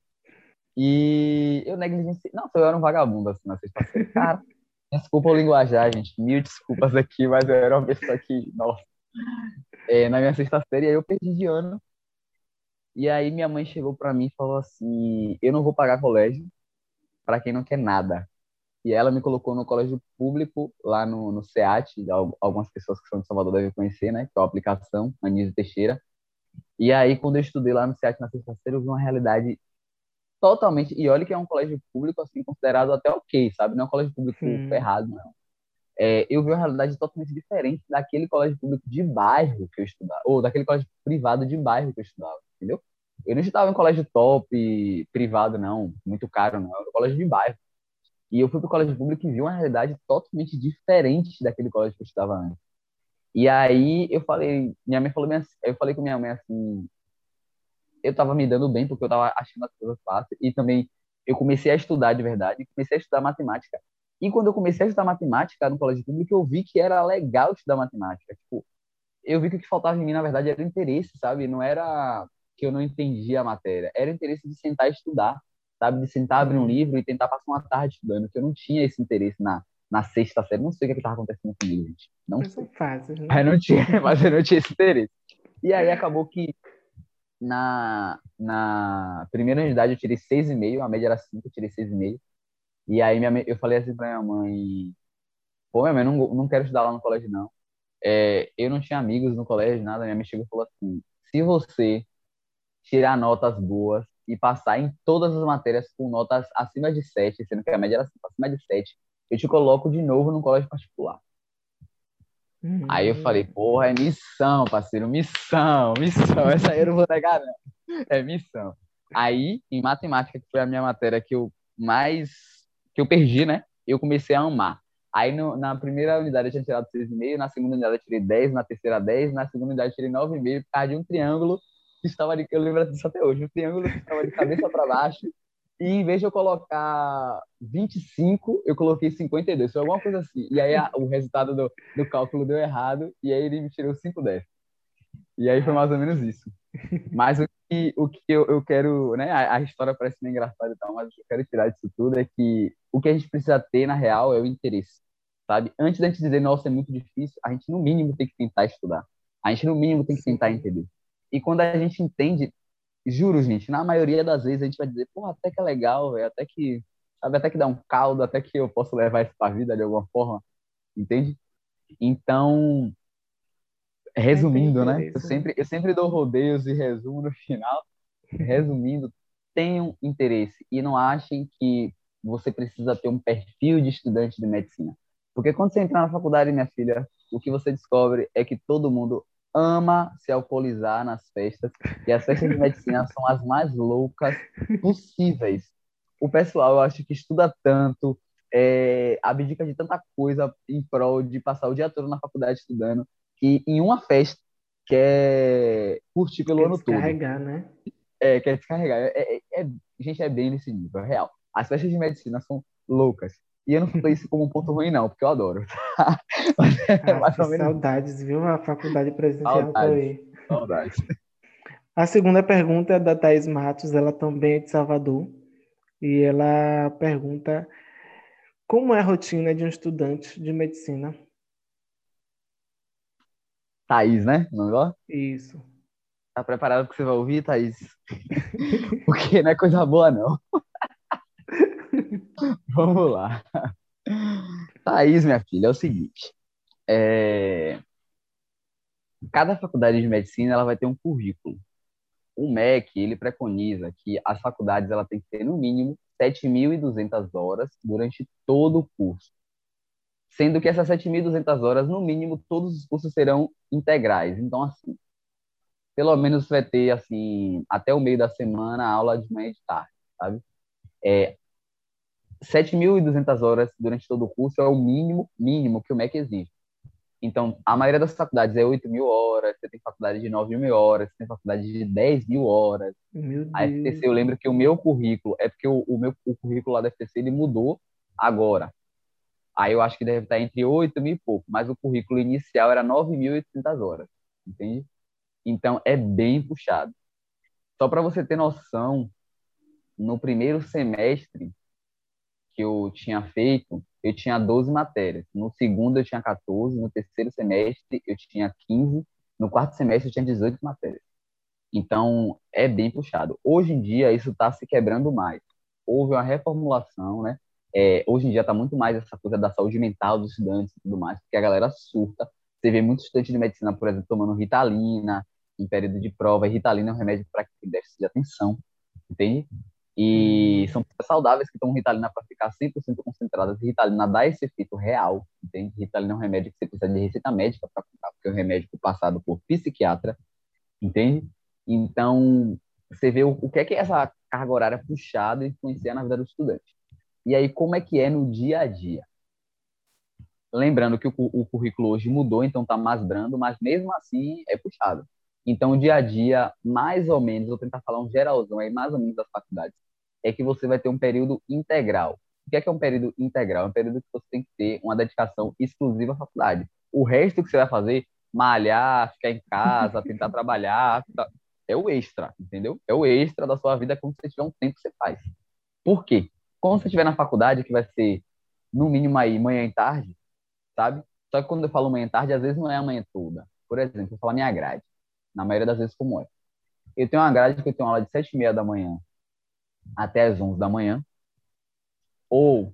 E eu negligenciei. Nossa, eu era um vagabundo, assim, na sexta série. Cara, desculpa o linguajar, gente. Mil desculpas aqui, mas eu era uma pessoa que, nossa, é, na minha sexta série, aí eu perdi de ano. E aí minha mãe chegou pra mim e falou assim: eu não vou pagar colégio pra quem não quer nada. E ela me colocou no colégio público, lá no, no SEAT. Al- algumas pessoas que são de Salvador devem conhecer, né? Que é a aplicação, Anísio Teixeira. E aí, quando eu estudei lá no SEAT na sexta série, eu vi uma realidade totalmente. E olha que é um colégio público, assim, considerado até ok, sabe? Não é um colégio público Sim. ferrado, não. É, eu vi uma realidade totalmente diferente daquele colégio público de bairro que eu estudava, ou daquele colégio privado de bairro que eu estudava, entendeu? Eu não estudava em colégio top, privado, não, muito caro, não. Era um colégio de bairro. E eu fui para o colégio público e vi uma realidade totalmente diferente daquele colégio que eu estudava antes. E aí eu falei, minha mãe falou, bem assim- eu falei com minha mãe assim, eu estava me dando bem porque eu estava achando as coisas fáceis e também eu comecei a estudar de verdade, comecei a estudar matemática. E quando eu comecei a estudar matemática no colégio público, eu vi que era legal estudar matemática. Tipo, eu vi que o que faltava em mim, na verdade, era interesse, sabe? Não era que eu não entendia a matéria, era interesse de sentar e estudar, sabe? De sentar, abrir um Sim. livro e tentar passar uma tarde estudando, que eu não tinha esse interesse na, na sexta série. Não sei o que estava acontecendo comigo, gente. Não Mas são sei. fáceis, Mas né? eu não tinha, mas eu não tinha esse interesse. E aí acabou que na, na primeira unidade eu tirei seis e meio, a média era cinco, eu tirei seis e meio. E aí minha, mãe- eu falei assim pra minha mãe, pô, minha mãe, não, não quero estudar lá no colégio, não. É, eu não tinha amigos no colégio, nada. Minha mãe chegou e falou assim, se você tirar notas boas e passar em todas as matérias com notas acima de sete, sendo que a média era cinco, acima de sete, eu te coloco de novo no colégio particular. Aí eu falei, Hum. porra, é missão, parceiro, missão, missão. Essa aí eu não vou negar, não. É missão. Aí, em matemática, que foi a minha matéria que eu mais, que eu perdi, né? Eu comecei a amar. Aí, no, na primeira unidade eu tinha tirado seis e meio, na segunda unidade eu tirei dez, na terceira dez, na segunda unidade eu tirei nove e meio, por causa de um triângulo que estava de, eu lembro disso até hoje, um triângulo que estava de cabeça para baixo, e em vez de eu colocar vinte e cinco, eu coloquei cinquenta e dois, foi alguma coisa assim. E aí a, o resultado do, do cálculo deu errado, e aí ele me tirou cinco décimos. E aí foi Ah, mais ou menos isso. Mas o que, o que eu, eu quero, né? A, a história parece meio engraçada e tal, mas o que eu quero tirar disso tudo é que o que a gente precisa ter, na real, é o interesse, sabe? Antes da gente dizer, nossa, é muito difícil, a gente, no mínimo, tem que tentar estudar. A gente, no mínimo, tem que tentar sim. entender. E quando a gente entende, juro, gente, na maioria das vezes a gente vai dizer, pô, até que é legal, velho, até que, sabe, até que dá um caldo, até que eu posso levar isso pra vida de alguma forma, entende? Então, É ter resumindo, né? Eu interesse, né? sempre, eu sempre dou rodeios e resumo no final. Resumindo, tenham interesse e não achem que você precisa ter um perfil de estudante de medicina. Porque quando você entrar na faculdade, minha filha, o que você descobre é que todo mundo ama se alcoolizar nas festas, e as festas de medicina são as mais loucas possíveis. O pessoal, eu acho que estuda tanto, é, abdica de tanta coisa em prol de passar o dia todo na faculdade estudando, que em uma festa quer curtir pelo Quer ano todo. descarregar, né? É, quer descarregar. É, é, é- gente, é bem nesse nível, é real. As festas de medicina são loucas. E eu não falei isso como um ponto ruim, não, porque eu adoro. Mas é Ah, mais que ou menos saudades, viu? A faculdade presencial saudade, também. saudade. A segunda pergunta é da Thaís Matos, ela também é de Salvador. E ela pergunta como é a rotina de um estudante de medicina? Thaís, né? Não é? Isso. Tá preparado para o que você vai ouvir, Thaís? Porque não é coisa boa, não. Vamos lá. Thaís, minha filha, é o seguinte. É... Cada faculdade de medicina ela vai ter um currículo. O M E C, ele preconiza que as faculdades ela tem que ter, no mínimo, sete mil e duzentas horas durante todo o curso. Sendo que essas sete mil e duzentas horas, no mínimo, todos os cursos serão integrais. Então, assim, pelo menos vai ter, assim, até o meio da semana, aula de manhã e de tarde, sabe? É, sete mil e duzentas horas durante todo o curso é o mínimo, mínimo que o M E C exige. Então, a maioria das faculdades é oito mil horas, você tem faculdade de nove mil horas, você tem faculdade de dez mil horas. Meu A F T C, eu Deus. lembro que o meu currículo, é porque o, o meu o currículo lá da F T C, ele mudou agora. Aí eu acho que deve estar entre oito mil e pouco, mas o currículo inicial era nove mil e oitocentas horas, entende? Então, é bem puxado. Só para você ter noção, no primeiro semestre que eu tinha feito, eu tinha doze matérias. No segundo, eu tinha quatorze. No terceiro semestre, eu tinha quinze. No quarto semestre, eu tinha dezoito matérias. Então, é bem puxado. Hoje em dia, isso está se quebrando mais. Houve uma reformulação, né? É, hoje em dia está muito mais essa coisa da saúde mental dos estudantes e tudo mais, porque a galera surta. Você vê muitos estudantes de medicina, por exemplo, tomando Ritalina em período de prova. E Ritalina é um remédio para déficit de atenção, entende? E Hum, são pessoas saudáveis que tomam Ritalina para ficar cem por cento concentradas. E Ritalina dá esse efeito real, entende? Ritalina é um remédio que você precisa de receita médica para comprar, porque é um remédio passado por psiquiatra, entende? Então, você vê o, o que é que essa carga horária puxada influencia na vida do estudante. E aí, como é que é no dia a dia? Lembrando que o, o currículo hoje mudou, então está mais brando, mas mesmo assim é puxado. Então, o dia a dia, mais ou menos, vou tentar falar um geralzão aí, mais ou menos das faculdades, é que você vai ter um período integral. O que é que é um período integral? É um período que você tem que ter uma dedicação exclusiva à faculdade. O resto que você vai fazer, malhar, ficar em casa, tentar trabalhar, ficar- é o extra, entendeu? É o extra da sua vida, é como se você tiver um tempo que você faz. Por quê? Quando você estiver na faculdade, que vai ser, no mínimo aí, manhã e tarde, sabe? Só que quando eu falo manhã e tarde, às vezes não é a manhã toda. Por exemplo, eu vou falar minha grade. Na maioria das vezes, como é? Eu tenho uma grade que eu tenho aula de sete e meia da manhã até as onze da manhã, ou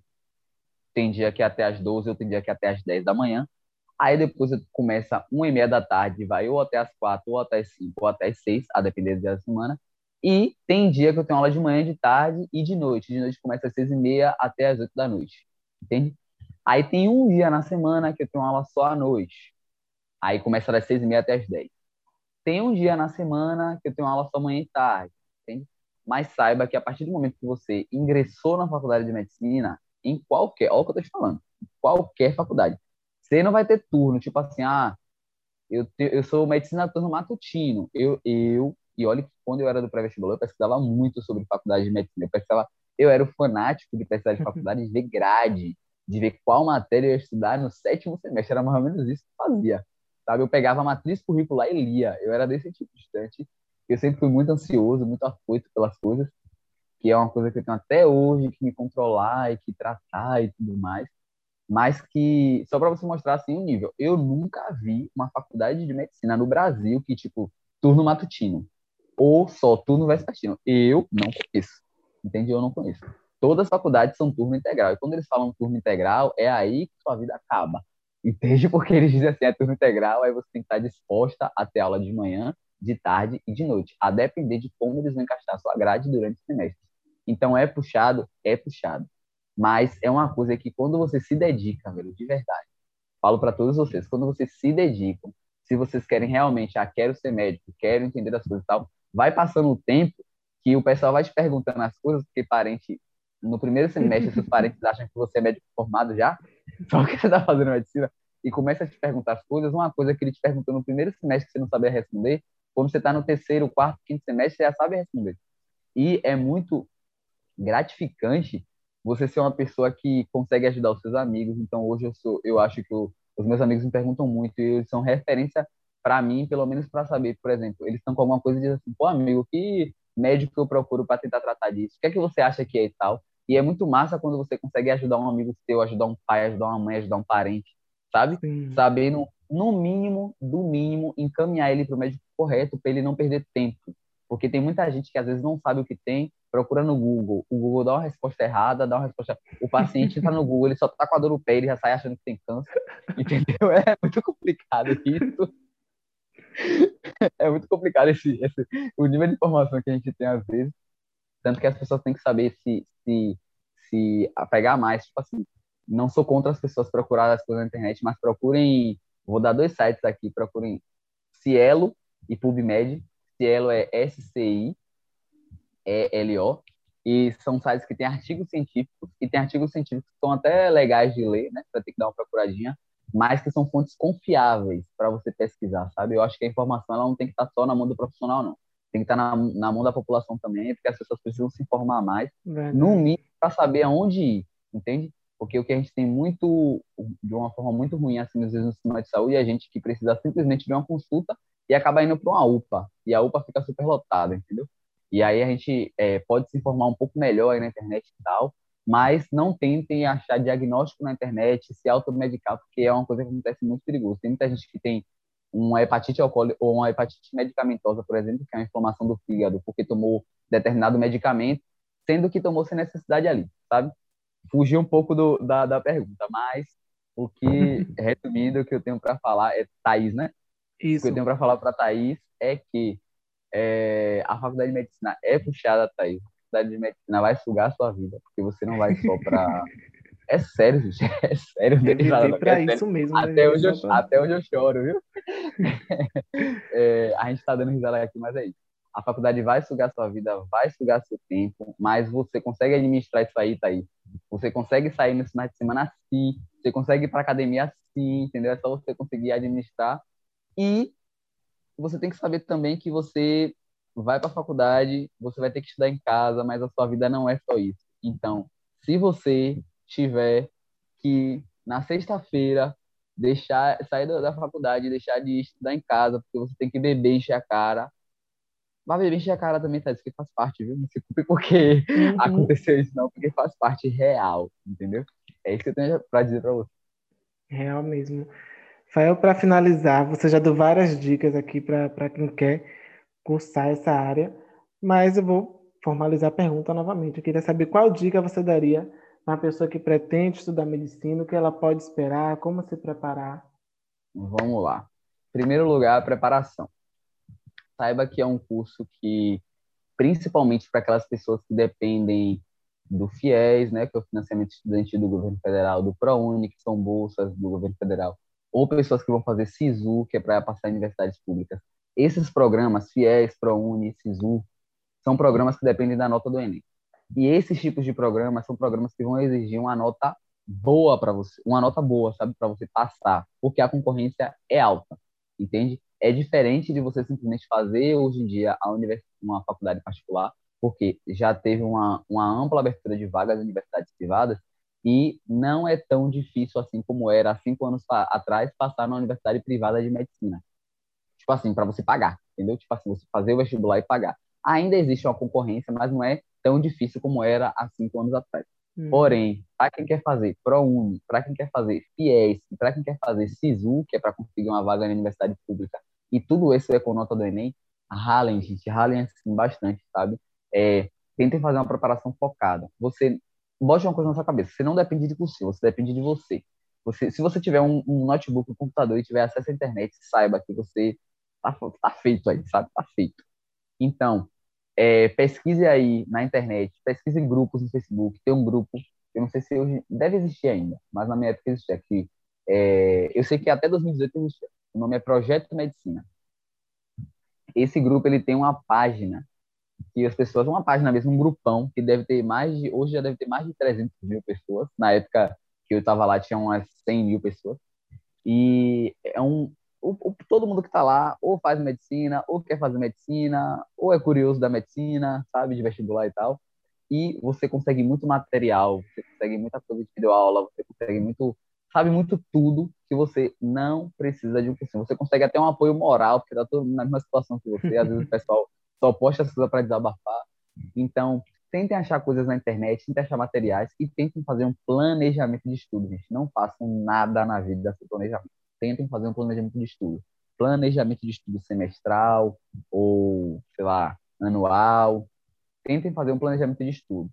tem dia que é até as doze, ou tem dia que é até as dez da manhã. Aí depois eu começa uma e meia da tarde, vai ou até as quatro, ou até as cinco, ou até as seis, a depender do dia da semana. E tem dia que eu tenho aula de manhã, de tarde e de noite. De noite começa às seis e meia até as oito da noite. Entende? Aí tem um dia na semana que eu tenho aula só à noite. Aí começa das seis e meia até as dez. Tem um dia na semana que eu tenho aula só manhã e tarde, entende? Mas saiba que a partir do momento que você ingressou na faculdade de medicina, em qualquer, olha o que eu tô te falando, em qualquer faculdade, você não vai ter turno, tipo assim, ah, eu, te, eu sou medicina turno matutino. Eu, eu, e olha que quando eu era do pré-vestibular, eu pesquisava muito sobre faculdade de medicina. Eu pesquisava, eu era o fanático de pesquisar de faculdade, de ver grade, de ver qual matéria eu ia estudar no sétimo semestre. Era mais ou menos isso que eu fazia. Sabe? Eu pegava a matriz curricular e lia. Eu era desse tipo de estudante. Eu sempre fui muito ansioso, muito afoito pelas coisas, que é uma coisa que eu tenho até hoje que me controlar e que tratar e tudo mais. Mas que, só para você mostrar assim o nível, eu nunca vi uma faculdade de medicina no Brasil que, tipo, turno matutino ou só turno vespertino. Eu não conheço. Entende? Eu não conheço. Todas as faculdades são turno integral. E quando eles falam turno integral, é aí que sua vida acaba. Entende? Porque eles dizem assim, é turno integral, aí você tem que estar disposta a ter aula de manhã, de tarde e de noite, a depender de como eles vão encaixar a sua grade durante o semestre. Então, é puxado? É puxado. Mas é uma coisa que quando você se dedica, velho, de verdade, falo para todos vocês, quando vocês se dedicam, se vocês querem realmente, ah, quero ser médico, quero entender as coisas e tal, vai passando o tempo que o pessoal vai te perguntando as coisas, porque parente, no primeiro semestre, seus parentes acham que você é médico formado já, só que você está fazendo medicina, e começa a te perguntar as coisas, uma coisa que ele te perguntou no primeiro semestre que você não sabia responder, quando você está no terceiro, quarto, quinto semestre, você já sabe responder. E é muito gratificante você ser uma pessoa que consegue ajudar os seus amigos. Então, hoje eu sou, eu acho que eu- os meus amigos me perguntam muito e eles são referência para mim, pelo menos para saber, por exemplo, eles estão com alguma coisa e dizem assim, pô, amigo, que médico eu procuro para tentar tratar disso? O que é que você acha que é e tal? E é muito massa quando você consegue ajudar um amigo seu, ajudar um pai, ajudar uma mãe, ajudar um parente, sabe? Sim. Sabendo, no mínimo, do mínimo, encaminhar ele para o médico correto, para ele não perder tempo. Porque tem muita gente que às vezes não sabe o que tem, procura no Google. O Google dá uma resposta errada, dá uma resposta. O paciente entra no Google, ele só tá com a dor no pé, ele já sai achando que tem câncer. Entendeu? É muito complicado isso. É muito complicado esse, esse, o nível de informação que a gente tem às vezes. Tanto que as pessoas têm que saber se, se, se apegar mais. Tipo assim, não sou contra as pessoas procurarem as coisas na internet, mas procurem. Vou dar dois sites aqui, procurem Cielo e PubMed. Cielo é S-C-I E L O, e são sites que têm artigos científicos, e tem artigos científicos que são até legais de ler, né, para ter que dar uma procuradinha, mas que são fontes confiáveis para você pesquisar, sabe? Eu acho que a informação ela não tem que estar só na mão do profissional, não. Tem que estar na, na mão da população também, porque as pessoas precisam se informar mais, no Verdade. mínimo, para saber aonde ir, entende? Porque o que a gente tem muito, de uma forma muito ruim, assim, às vezes no sistema de saúde, é a gente que precisa simplesmente de uma consulta e acaba indo para uma U P A, e a U P A fica super lotada, entendeu? E aí a gente é, pode se informar um pouco melhor aí na internet e tal, mas não tentem achar diagnóstico na internet, se automedicar, porque é uma coisa que acontece muito perigoso. Tem muita gente que tem uma hepatite alcoólica ou uma hepatite medicamentosa, por exemplo, que é uma inflamação do fígado, porque tomou determinado medicamento, sendo que tomou sem necessidade ali, sabe? Fugiu um pouco do, da, da pergunta, mas o que, resumindo, o que eu tenho para falar é Thaís, né? O que eu Isso. tenho para falar para Thaís é que é, a faculdade de medicina é puxada, Thaís. A faculdade de medicina vai sugar a sua vida, porque você não vai só para. É sério, gente. É sério, não É dei risada, viver não, que é para sério. isso mesmo, né? Até Viver hoje eu, só para. até hoje eu choro, viu? É, a gente tá dando risada aqui, mas é isso. A faculdade vai sugar sua vida, vai sugar seu tempo, mas você consegue administrar isso aí, Thaís. Você consegue sair no final de semana sim, você consegue ir para academia sim, entendeu? É só você conseguir administrar. E você tem que saber também que você vai para a faculdade, você vai ter que estudar em casa, mas a sua vida não é só isso. Então, se você tiver que, na sexta-feira, deixar sair da, da faculdade e deixar de estudar em casa, porque você tem que beber, encher a cara, vai beber, encher a cara também, tá? Isso que faz parte, viu? Não se culpe porque Uhum. aconteceu isso, não, porque faz parte real, entendeu? É isso que eu tenho para dizer para você. Real mesmo. Fael, para finalizar, você já deu várias dicas aqui para quem quer cursar essa área, mas eu vou formalizar a pergunta novamente. Eu queria saber qual dica você daria para uma pessoa que pretende estudar medicina, o que ela pode esperar, como se preparar. Vamos lá. Em primeiro lugar, preparação. Saiba que é um curso que principalmente para aquelas pessoas que dependem do FIES, né, que é o financiamento estudantil do governo federal, do ProUni, que são bolsas do governo federal, ou pessoas que vão fazer SISU, que é para passar em universidades públicas. Esses programas, FIES, ProUni, SISU, são programas que dependem da nota do Enem. E esses tipos de programas são programas que vão exigir uma nota boa para você, uma nota boa, sabe, para você passar, porque a concorrência é alta, entende? É diferente de você simplesmente fazer hoje em dia a univers... uma faculdade particular, porque já teve uma, uma ampla abertura de vagas em universidades privadas e não é tão difícil assim como era há cinco anos atrás passar na universidade privada de medicina. Tipo assim, para você pagar, entendeu? Tipo assim, você fazer o vestibular e pagar. Ainda existe uma concorrência, mas não é tão difícil como era há cinco anos atrás. Uhum. Porém, para quem quer fazer ProUni, para quem quer fazer FIES, para quem quer fazer SISU, que é para conseguir uma vaga na universidade pública, e tudo isso é com nota do Enem, ralem, gente, ralem assim bastante, sabe? É, tentem fazer uma preparação focada. Você bote uma coisa na sua cabeça, você não depende de você, você depende de você. Você, se você tiver um, um notebook, um computador e tiver acesso à internet, saiba que você tá, tá feito aí, sabe? Tá feito. Então, é, pesquise aí na internet, pesquise em grupos no Facebook. Tem um grupo, eu não sei se hoje deve existir ainda, mas na minha época existia aqui. É, eu sei que até dois mil e dezoito existia. O nome é Projeto Medicina. Esse grupo ele tem uma página que as pessoas, uma página mesmo, um grupão que deve ter mais de, hoje já deve ter mais de trezentas mil pessoas. Na época que eu estava lá tinha umas cem mil pessoas. E é um, o, o, todo mundo que está lá ou faz medicina, ou quer fazer medicina, ou é curioso da medicina, sabe, de vestibular e tal. e você consegue muito material, você consegue muita coisa de videoaula, você consegue muito, sabe, muito tudo que você não precisa de um cursinho. Você consegue até um apoio moral, porque tá todo mundo na mesma situação que você, às vezes o pessoal só posta as coisas para desabafar. Então, tentem achar coisas na internet, tentem achar materiais e tentem fazer um planejamento de estudo, gente. Não façam nada na vida sem planejamento. Tentem fazer um planejamento de estudo. Planejamento de estudo semestral ou, sei lá, anual. Tentem fazer um planejamento de estudo.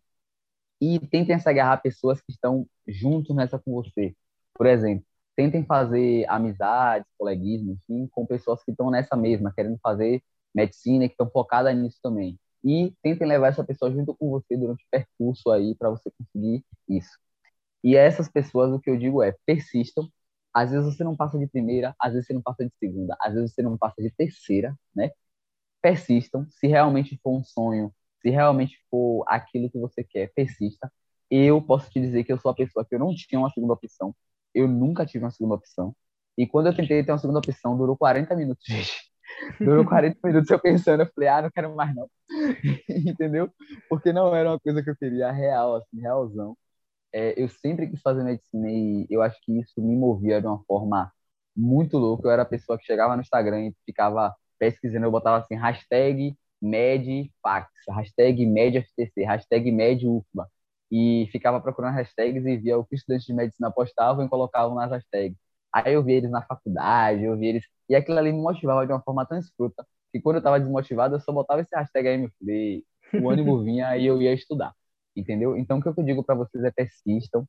E tentem se agarrar a pessoas que estão juntos nessa com você. Por exemplo, tentem fazer amizades, coleguismo, enfim, com pessoas que estão nessa mesma, querendo fazer medicina, que estão focadas nisso também. E tentem levar essa pessoa junto com você durante o percurso aí para você conseguir isso. E essas pessoas, o que eu digo é, persistam. Às vezes você não passa de primeira, às vezes você não passa de segunda, às vezes você não passa de terceira, né? Persistam. Se realmente for um sonho, se realmente for aquilo que você quer, persista. Eu posso te dizer que eu sou a pessoa que eu não tinha uma segunda opção. Eu nunca tive uma segunda opção. E quando eu tentei ter uma segunda opção, durou quarenta minutos, gente. Durou quarenta minutos eu pensando, eu falei, ah, não quero mais não. Entendeu? Porque não era uma coisa que eu queria, real, assim, realzão. É, eu sempre quis fazer medicina e eu acho que isso me movia de uma forma muito louca. Eu era a pessoa que chegava no Instagram e ficava pesquisando, eu botava assim, hashtag medfax, hashtag medftc, hashtag medufba, e ficava procurando hashtags e via o que estudantes de medicina postavam e colocavam nas hashtags. Aí eu via eles na faculdade, eu via eles... E aquilo ali me motivava de uma forma tão escrota que quando eu estava desmotivado, eu só botava esse hashtag aí, meu filho, o ânimo vinha e eu ia estudar. Entendeu? Então, o que eu digo para vocês é persistam,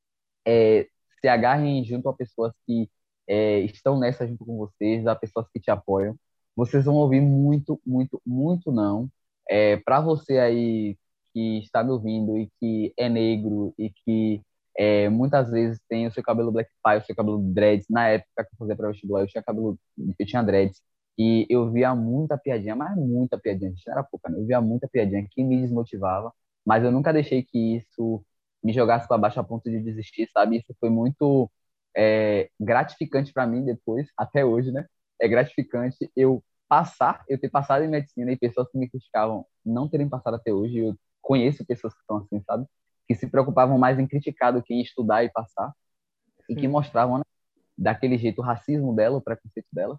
é, se agarrem junto a pessoas que é, estão nessa junto com vocês, a pessoas que te apoiam. Vocês vão ouvir muito, muito, muito não. É, para você aí que está me ouvindo e que é negro e que é, muitas vezes tem o seu cabelo black tie, o seu cabelo dreads. Na época que eu fazia pré-vestibular, eu tinha cabelo, eu tinha dreads. E eu via muita piadinha, mas muita piadinha, gente, não era pouca, não. Eu via muita piadinha que me desmotivava, mas eu nunca deixei que isso me jogasse para baixo a ponto de desistir, sabe? Isso foi muito é, gratificante para mim depois, até hoje, né? É gratificante eu passar, eu ter passado em medicina e pessoas que me criticavam não terem passado até hoje. Eu conheço pessoas que estão assim, sabe? Que se preocupavam mais em criticar do que em estudar e passar e que Sim. mostravam, né, daquele jeito o racismo dela, o preconceito dela.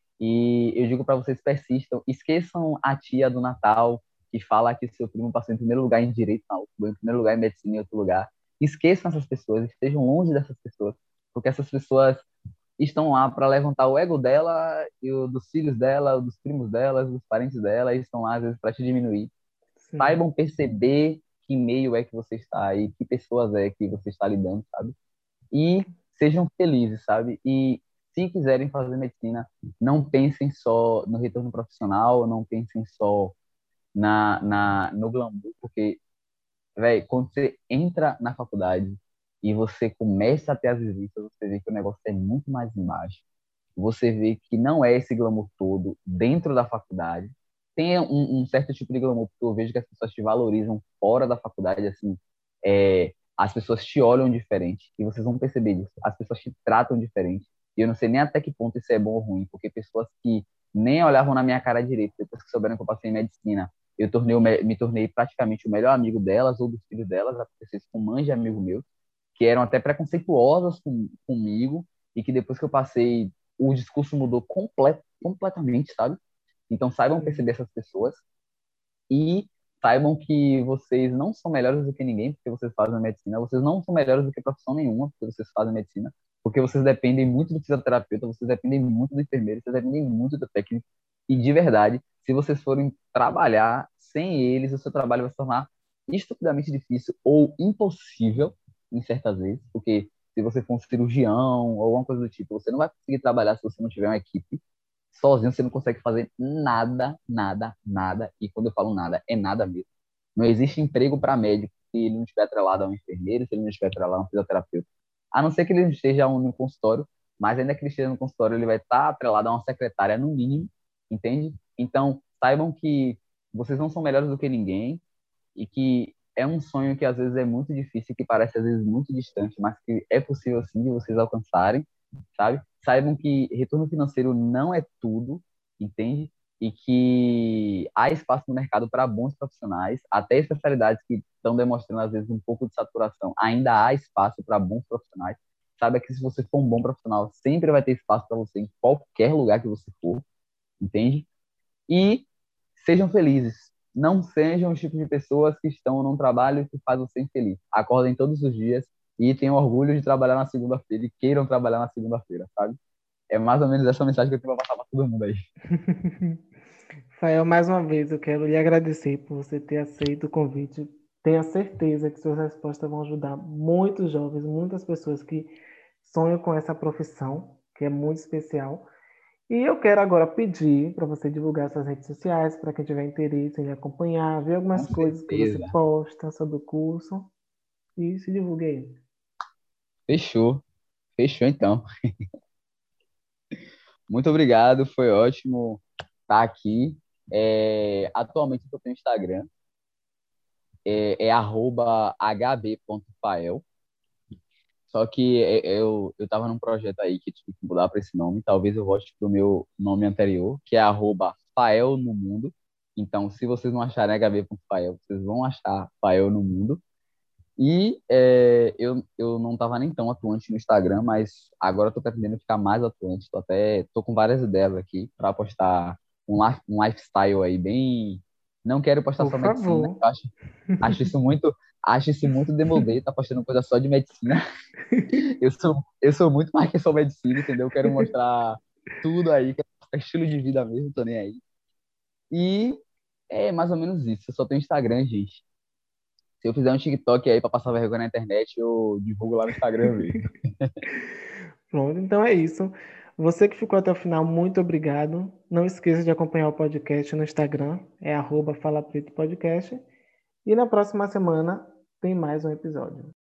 E eu digo para vocês, persistam, esqueçam a tia do Natal que fala que seu primo passou em primeiro lugar em direito na U F B A, em primeiro lugar em medicina em outro lugar. Esqueçam essas pessoas, estejam longe dessas pessoas, porque essas pessoas estão lá para levantar o ego dela e o dos filhos dela, dos primos dela, dos parentes dela, e estão lá às vezes para te diminuir. Sim. Saibam perceber que meio é que você está e que pessoas é que você está lidando, sabe? E sejam felizes, sabe? E se quiserem fazer medicina, não pensem só no retorno profissional, não pensem só na, na no glamour, porque, velho, quando você entra na faculdade e você começa a ter as visitas, você vê que o negócio é muito mais embaixo. Você vê que não é esse glamour todo dentro da faculdade. Tem um, um certo tipo de glamour que eu vejo que as pessoas te valorizam fora da faculdade, assim, é, as pessoas te olham diferente e vocês vão perceber isso. As pessoas te tratam diferente. E eu não sei nem até que ponto isso é bom ou ruim, porque pessoas que nem olhavam na minha cara direito, depois que souberam que eu passei em medicina, eu tornei, o me me tornei praticamente o melhor amigo delas ou dos filhos delas, aconteceu isso com mães de amigo meu, que eram até preconceituosas com, comigo e que depois que eu passei, o discurso mudou complet, completamente, sabe? Então saibam Sim. perceber essas pessoas e saibam que vocês não são melhores do que ninguém porque vocês fazem medicina, vocês não são melhores do que profissão nenhuma porque vocês fazem medicina, porque vocês dependem muito do fisioterapeuta, vocês dependem muito do enfermeiro, vocês dependem muito do técnico. E de verdade, se vocês forem trabalhar sem eles, o seu trabalho vai se tornar estupidamente difícil ou impossível em certas vezes, porque se você for um cirurgião ou alguma coisa do tipo, você não vai conseguir trabalhar se você não tiver uma equipe. Sozinho você não consegue fazer nada, nada, nada. E quando eu falo nada, é nada mesmo. Não existe emprego para médico se ele não estiver atrelado a um enfermeiro, se ele não estiver atrelado a um fisioterapeuta. A não ser que ele esteja no consultório, mas ainda que ele esteja no consultório, ele vai estar atrelado a uma secretária no mínimo, entende? Então, saibam que vocês não são melhores do que ninguém e que é um sonho que às vezes é muito difícil, que parece às vezes muito distante, mas que é possível sim de vocês alcançarem, sabe? Saibam que retorno financeiro não é tudo, entende? e que há espaço no mercado para bons profissionais, até especialidades que estão demonstrando, às vezes, um pouco de saturação. Ainda há espaço para bons profissionais. Saiba que se você for um bom profissional, sempre vai ter espaço para você em qualquer lugar que você for, entende? E sejam felizes. Não sejam o tipo de pessoas que estão num trabalho que faz você infeliz. Acordem todos os dias e tenham orgulho de trabalhar na segunda-feira e queiram trabalhar na segunda-feira, sabe? É mais ou menos essa mensagem que eu tenho para passar para todo mundo aí. Fael, mais uma vez, eu quero lhe agradecer por você ter aceito o convite. Tenho a certeza que suas respostas vão ajudar muitos jovens, muitas pessoas que sonham com essa profissão, que é muito especial. E eu quero agora pedir para você divulgar suas redes sociais, para quem tiver interesse em lhe acompanhar, ver Com algumas coisas que você certeza. posta sobre o curso. E se divulgue aí. Fechou. Fechou, então. Muito obrigado. Foi ótimo estar aqui. É, atualmente eu tenho Instagram. É, é arroba hb.fael. Só que é, eu, eu tava num projeto aí que tive que mudar para esse nome. Talvez eu volte pro meu nome anterior, que é arroba Fael no Mundo. Então, se vocês não acharem hb.fael, vocês vão achar Fael no Mundo. E é, eu, eu não estava nem tão atuante no Instagram, mas agora estou pretendendo ficar mais atuante. Tô até tô com várias ideias aqui para postar um, li- um lifestyle aí bem. Não quero postar Por só medicina. favor. Eu acho, acho isso muito, acho isso muito demodê, tá postando coisa só de medicina. Eu sou, eu sou muito mais que só medicina, entendeu? Eu quero mostrar tudo aí, quero mostrar estilo de vida mesmo, tô nem aí. E é mais ou menos isso. Eu só tenho Instagram, gente. Se eu fizer um TikTok aí pra passar vergonha na internet, eu divulgo lá no Instagram mesmo. Pronto, então é isso. Você que ficou até o final, muito obrigado. Não esqueça de acompanhar o podcast no Instagram, é arroba Fala Preto Podcast. E na próxima semana tem mais um episódio.